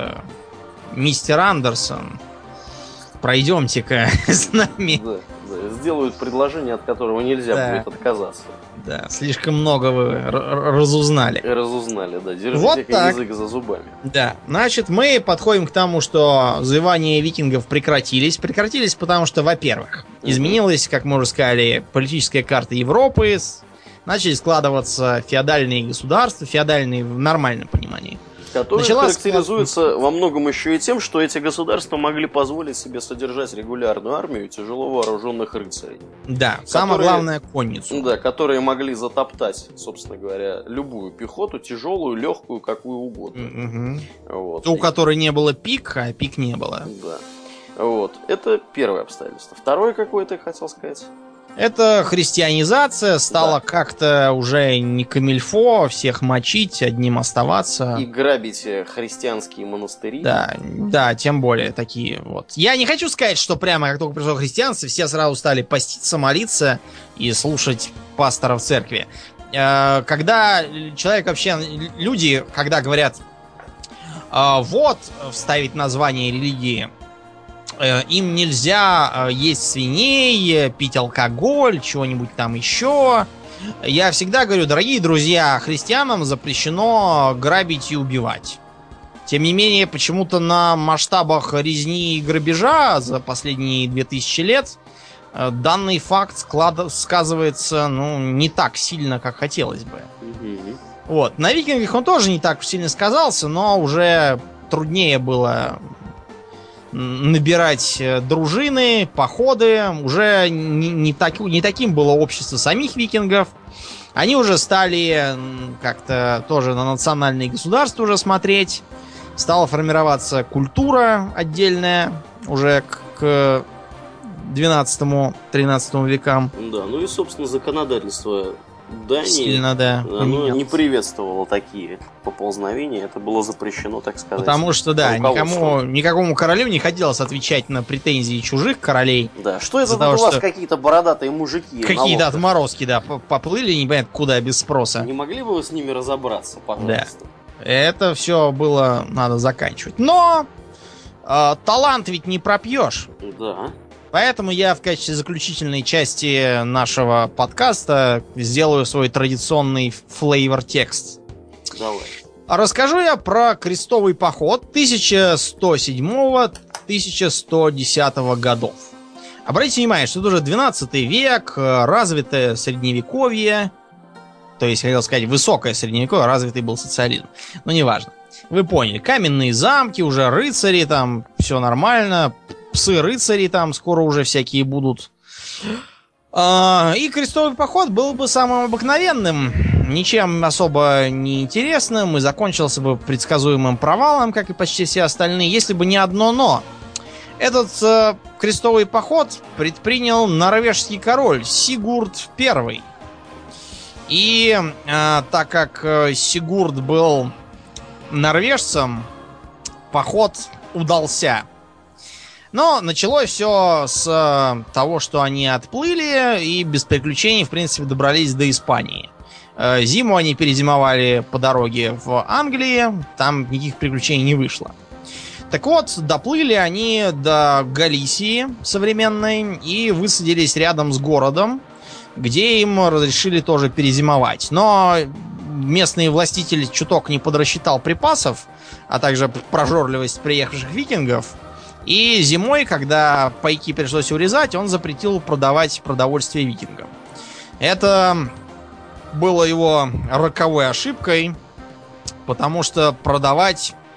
мистер Андерсон, пройдемте-ка с нами. Да, сделают предложение, от которого нельзя будет отказаться. Да, слишком много вы разузнали. Разузнали, да. Держите Вот язык за зубами. Да, значит, мы подходим к тому, что завоевания викингов прекратились. Прекратились потому, что, во-первых, изменилась, как мы уже сказали, политическая карта Европы. Начали складываться феодальные государства, феодальные в нормальном понимании. Которые характеризуются во многом еще и тем, что эти государства могли позволить себе содержать регулярную армию тяжело вооруженных рыцарей. Да, самое главное, конницу. Да, которые могли затоптать, собственно говоря, любую пехоту, тяжелую, легкую, какую угодно. Вот. У которой не было пик, а пик не было. Да. Вот. Это первое обстоятельство. Второе, какое ты хотел сказать? Это христианизация, стала как-то уже не камильфо, всех мочить, одним оставаться. И грабить христианские монастыри. Да, тем более такие вот. Я не хочу сказать, что прямо как только пришло христианство, все сразу стали поститься, молиться и слушать пастора в церкви. Когда человек вообще... Люди, когда говорят, вот, вставить название религии... Им нельзя есть свиней, пить алкоголь, чего-нибудь там еще. Я всегда говорю: дорогие друзья, христианам запрещено грабить и убивать. Тем не менее, почему-то на масштабах резни и грабежа за последние 2000 лет данный факт сказывается, не так сильно, как хотелось бы. Вот. На викингах он тоже не так сильно сказался, но уже труднее было набирать дружины, походы. Уже не таким было общество самих викингов. Они уже стали как-то тоже на национальные государства уже смотреть. Стала формироваться культура отдельная уже к 12-13 векам. Да, ну и, собственно, законодательство Дании сильно, оно не приветствовало такие поползновения. Это было запрещено, так сказать. Потому что, никакому королю не хотелось отвечать на претензии чужих королей. Да, что это у вас какие-то бородатые мужики? Какие-то отморозки, поплыли непонятно куда без спроса. Не могли бы вы с ними разобраться, пожалуйста? Да. Это все было надо заканчивать. Но талант ведь не пропьешь. Да. Поэтому я в качестве заключительной части нашего подкаста сделаю свой традиционный флейвор-текст. Давай. Расскажу я про крестовый поход 1107-1110 годов. Обратите внимание, что это уже 12 век, развитое средневековье. То есть, хотел сказать, высокое средневековье, развитый был социализм. Но неважно. Вы поняли, каменные замки, уже рыцари, там все нормально. Псы-рыцари там скоро уже всякие будут. И крестовый поход был бы самым обыкновенным, ничем особо не интересным и закончился бы предсказуемым провалом, как и почти все остальные, если бы не одно «но». Этот крестовый поход предпринял норвежский король Сигурд I. И так как Сигурд был норвежцем, поход удался. Но началось все с того, что они отплыли и без приключений, в принципе, добрались до Испании. Зиму они перезимовали по дороге в Англии, там никаких приключений не вышло. Так вот, доплыли они до Галисии современной и высадились рядом с городом, где им разрешили тоже перезимовать. Но местный властитель чуток не подрасчитал припасов, а также прожорливость приехавших викингов. И зимой, когда пайки пришлось урезать, он запретил продавать продовольствие викингам. Это было его роковой ошибкой, потому что продавать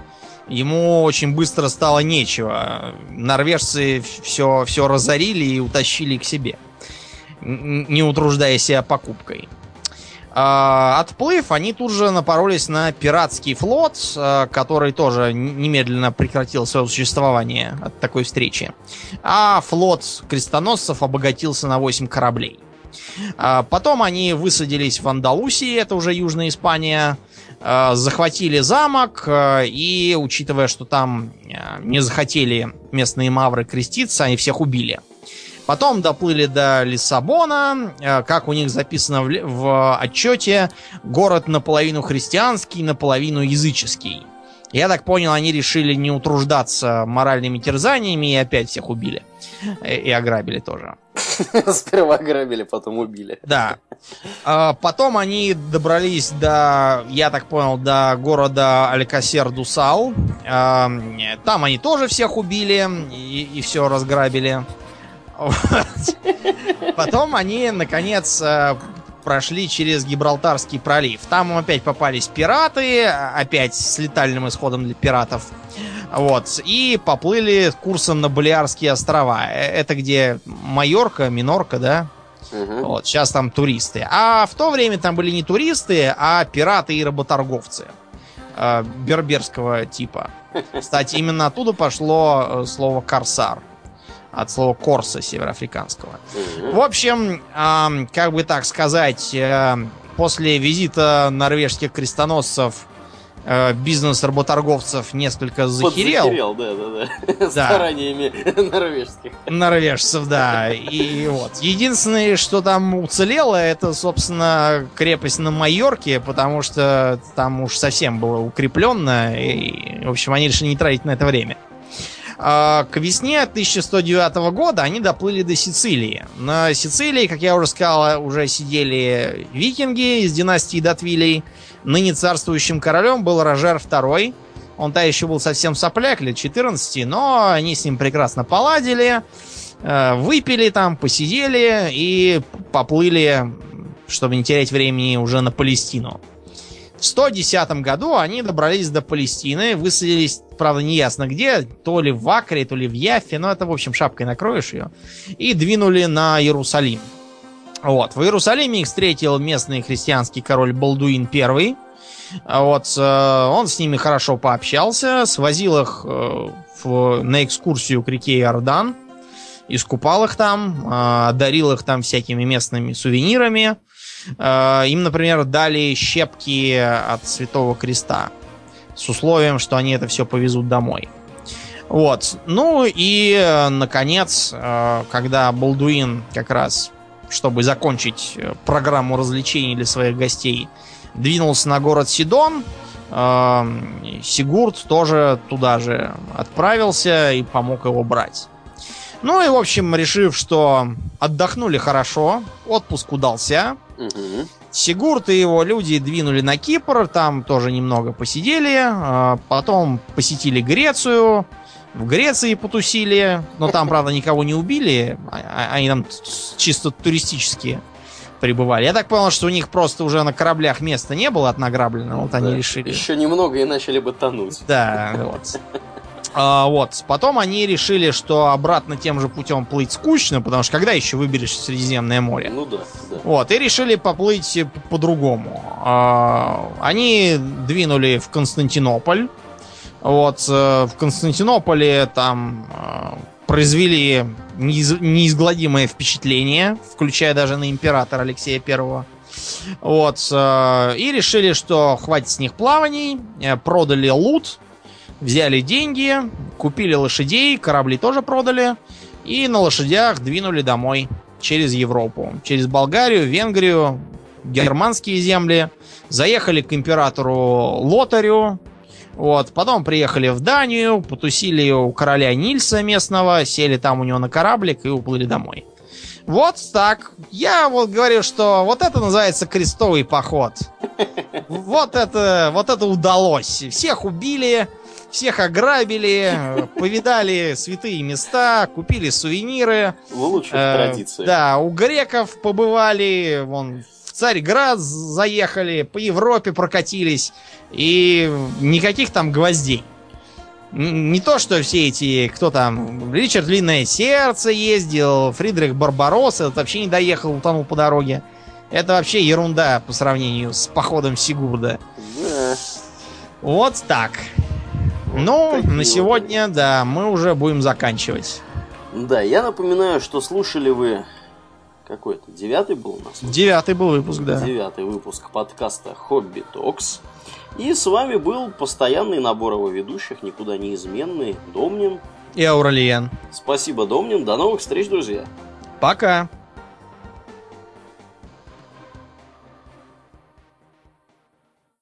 ему очень быстро стало нечего. Норвежцы все разорили и утащили к себе, не утруждая себя покупкой. Отплыв, они тут же напоролись на пиратский флот, который тоже немедленно прекратил свое существование от такой встречи. А флот крестоносцев обогатился на 8 кораблей. Потом они высадились в Андалусии, это уже Южная Испания, захватили замок, и, учитывая, что там не захотели местные мавры креститься, они всех убили. Потом доплыли до Лиссабона, как у них записано в отчете, город наполовину христианский, наполовину языческий. Я так понял, они решили не утруждаться моральными терзаниями и опять всех убили. И ограбили тоже. Сперва ограбили, потом убили. Да. Потом они добрались я так понял, до города Алькасер-ду-Сау. Там они тоже всех убили и все разграбили. Потом они, наконец, прошли через Гибралтарский пролив. Там им опять попались пираты, опять с летальным исходом для пиратов. Вот. И поплыли курсом на Балиарские острова. Это где Майорка, Минорка, да? Угу. Вот, сейчас там туристы. А в то время там были не туристы, а пираты и работорговцы. Берберского типа. Кстати, именно оттуда пошло слово «корсар». От слова «корса» североафриканского. В общем, как бы так сказать, после визита норвежских крестоносцев бизнес работорговцев несколько захерел. Да. Стараниями норвежцев, да. И вот. Единственное, что там уцелело, это, собственно, крепость на Майорке, потому что там уж совсем было укрепленно. И, в общем, они решили не тратить на это время. К весне 1109 года они доплыли до Сицилии. На Сицилии, как я уже сказал, уже сидели викинги из династии Датвилей. Ныне царствующим королем был Рожер II. Он-то еще был совсем сопляк, лет 14, но они с ним прекрасно поладили. Выпили там, посидели и поплыли, чтобы не терять времени, уже на Палестину. В 110 году они добрались до Палестины, высадились, правда, неясно где, то ли в Акре, то ли в Яффе, но это, в общем, шапкой накроешь ее, и двинули на Иерусалим. Вот. В Иерусалиме их встретил местный христианский король Балдуин I. Вот. Он с ними хорошо пообщался, свозил их на экскурсию к реке Иордан, искупал их там, дарил их там всякими местными сувенирами. Им, например, дали щепки от Святого Креста с условием, что они это все повезут домой. Вот. Ну и, наконец, когда Балдуин как раз, чтобы закончить программу развлечений для своих гостей, двинулся на город Сидон, Сигурд тоже туда же отправился и помог его брать. Ну и, в общем, решив, что отдохнули хорошо, отпуск удался, Сигурд и его люди двинули на Кипр, там тоже немного посидели, потом посетили Грецию, в Греции потусили, но там, правда, никого не убили, они там чисто туристические прибывали. Я так понял, что у них просто уже на кораблях места не было от награбленного, вот они решили. Еще немного и начали бы тонуть. Да, вот. Вот. Потом они решили, что обратно тем же путем плыть скучно, потому что когда еще выберешься в Средиземное море? Ну да. Вот. И решили поплыть по-другому. Они двинули в Константинополь. Вот. В Константинополе там произвели неизгладимое впечатление, включая даже на императора Алексея I. Вот. И решили, что хватит с них плаваний, продали лут, взяли деньги, купили лошадей, корабли тоже продали, и на лошадях двинули домой через Европу. Через Болгарию, Венгрию, германские земли. Заехали к императору Лотарю. Вот. Потом приехали в Данию, потусили у короля Нильса местного, сели там у него на кораблик и уплыли домой. Вот так. Я вот говорю, что вот это называется крестовый поход. Вот это удалось. Всех убили, всех ограбили, повидали святые места, купили сувениры. В лучших традициях. Да, у греков побывали, вон, в Царьград заехали, по Европе прокатились, и никаких там гвоздей. Не то, что все эти, кто там, Ричард Длинное Сердце ездил, Фридрих Барбаросса, этот вообще не доехал, утонул по дороге. Это вообще ерунда по сравнению с походом Сигурда. Да. Вот так. Вот ну, на сегодня, вот. Да, мы уже будем заканчивать. Да, я напоминаю, что слушали вы... Какой-то 9-й был у нас? 9-й был выпуск, да. 9-й выпуск подкаста Хобби Токс. И с вами был постоянный набор его ведущих, никуда неизменный, Домнин и Ауралиен. Спасибо, Домнин. До новых встреч, друзья. Пока.